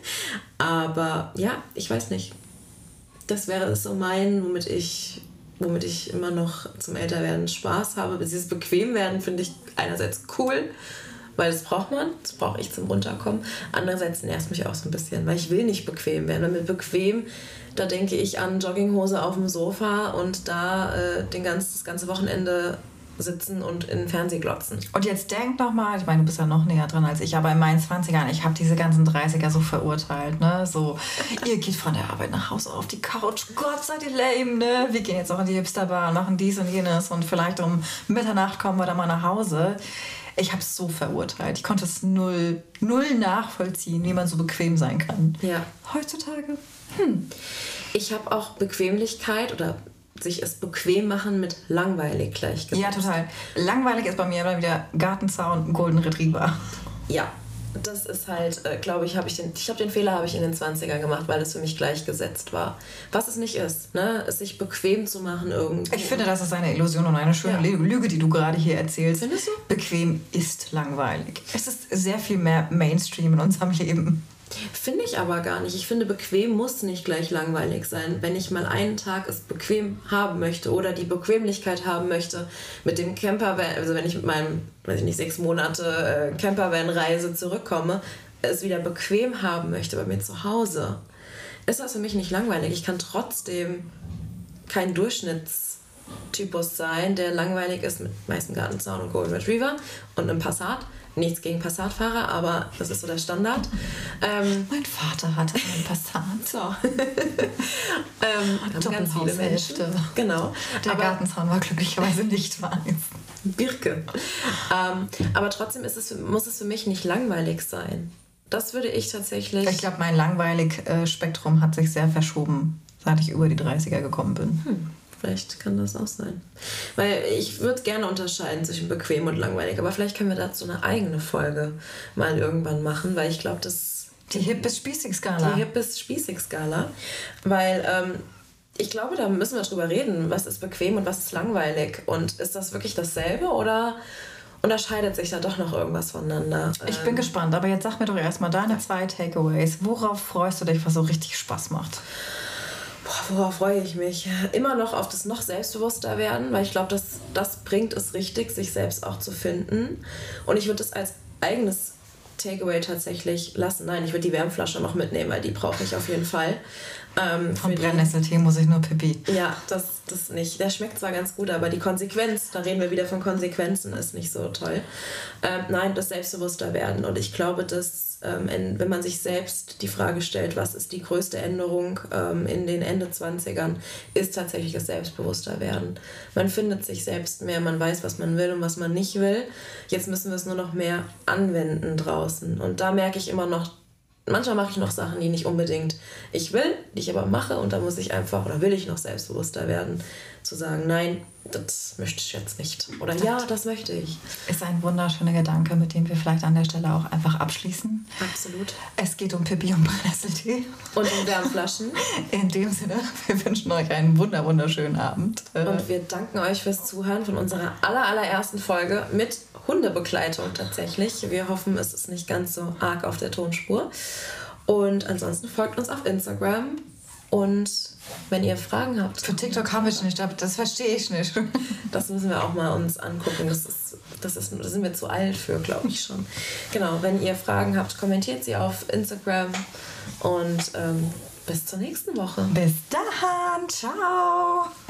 Aber ja, ich weiß nicht. Das wäre so womit ich immer noch zum Älterwerden Spaß habe. Dieses Bequemwerden finde ich einerseits cool, weil das brauche ich zum Runterkommen. Andererseits nervt mich auch so ein bisschen, weil ich will nicht bequem werden. Weil mit bequem, da denke ich an Jogginghose auf dem Sofa und da das ganze Wochenende sitzen und in den Fernseh glotzen. Und jetzt denk doch mal, ich meine, du bist ja noch näher dran als ich, aber in meinen 20ern, ich habe diese ganzen 30er so verurteilt, ne? So, ihr geht von der Arbeit nach Hause auf die Couch, Gott seid ihr lame, ne? Wir gehen jetzt auch in die Hipsterbar, machen dies und jenes und vielleicht um Mitternacht kommen wir dann mal nach Hause. Ich habe es so verurteilt. Ich konnte es null nachvollziehen, wie man so bequem sein kann. Ja. Heutzutage, Ich habe auch Bequemlichkeit oder sich es bequem machen mit langweilig gleichgesetzt. Ja, total. Langweilig ist bei mir dann wieder Gartenzaun, Golden Retriever. Ja, das ist halt, glaube ich, den Fehler habe ich in den 20ern gemacht, weil es für mich gleichgesetzt war. Was es nicht ist, ne? Es sich bequem zu machen irgendwo. Ich finde, das ist eine Illusion und eine schöne Lüge, die du gerade hier erzählst. Findest du? Bequem ist langweilig. Es ist sehr viel mehr Mainstream in unserem Leben. Finde ich aber gar nicht. Ich finde, bequem muss nicht gleich langweilig sein. Wenn ich mal einen Tag es bequem haben möchte oder die Bequemlichkeit haben möchte mit dem Campervan, also wenn ich mit meinem, 6 Monate Campervan-Reise zurückkomme, es wieder bequem haben möchte bei mir zu Hause, ist das für mich nicht langweilig. Ich kann trotzdem kein Durchschnittstypus sein, der langweilig ist mit meisten Gartenzaun und Golden Retriever und einem Passat. Nichts gegen Passatfahrer, aber das ist so der Standard. Mein Vater hatte einen Passat. So. Ganz viele Menschen. Genau. Der Gartenzaun war glücklicherweise nicht meins. Birke. Aber trotzdem muss es für mich nicht langweilig sein. Das würde ich tatsächlich... Ich glaube, mein Langweilig-Spektrum hat sich sehr verschoben, seit ich über die 30er gekommen bin. Vielleicht kann das auch sein. Weil ich würde gerne unterscheiden zwischen bequem und langweilig, aber vielleicht können wir dazu eine eigene Folge mal irgendwann machen, weil ich glaube, Die Hip-bis-Spießig-Skala. Die Hip-bis-Spießig-Skala. Weil ich glaube, da müssen wir drüber reden, was ist bequem und was ist langweilig. Und ist das wirklich dasselbe oder unterscheidet sich da doch noch irgendwas voneinander? Ich bin gespannt, aber jetzt sag mir doch erstmal deine 2 Takeaways. Worauf freust du dich, was so richtig Spaß macht? Worauf freue ich mich? Immer noch auf das noch selbstbewusster werden, weil ich glaube, das bringt es richtig, sich selbst auch zu finden. Und ich würde es als eigenes Takeaway tatsächlich lassen. Nein, ich würde die Wärmflasche noch mitnehmen, weil die brauche ich auf jeden Fall. Vom Brennnesseltee muss ich nur Pipi. Ja, das nicht. Der schmeckt zwar ganz gut, aber die Konsequenz, da reden wir wieder von Konsequenzen, ist nicht so toll. Nein, das selbstbewusster werden. Und ich glaube, dass wenn man sich selbst die Frage stellt, was ist die größte Änderung in den Ende 20ern, ist tatsächlich das selbstbewusster werden. Man findet sich selbst mehr, man weiß, was man will und was man nicht will. Jetzt müssen wir es nur noch mehr anwenden draußen. Und da merke ich immer noch, manchmal mache ich noch Sachen, die nicht unbedingt ich will, die ich aber mache und da muss ich einfach, oder will ich noch selbstbewusster werden, zu sagen, nein, das möchte ich jetzt nicht. Oder ja, das möchte ich. Ist ein wunderschöner Gedanke, mit dem wir vielleicht an der Stelle auch einfach abschließen. Absolut. Es geht um Pipi und Brennnesseltee. Und um Wärmflaschen. In dem Sinne, wir wünschen euch einen wunderschönen Abend. Und wir danken euch fürs Zuhören von unserer allerersten Folge mit Hundebegleitung tatsächlich. Wir hoffen, es ist nicht ganz so arg auf der Tonspur. Und ansonsten folgt uns auf Instagram. Und wenn ihr Fragen habt... Für TikTok habe ich nicht, das verstehe ich nicht. Das müssen wir auch mal uns angucken. Da sind wir zu alt für, glaube ich schon. Genau, wenn ihr Fragen habt, kommentiert sie auf Instagram. Und bis zur nächsten Woche. Bis dann. Ciao.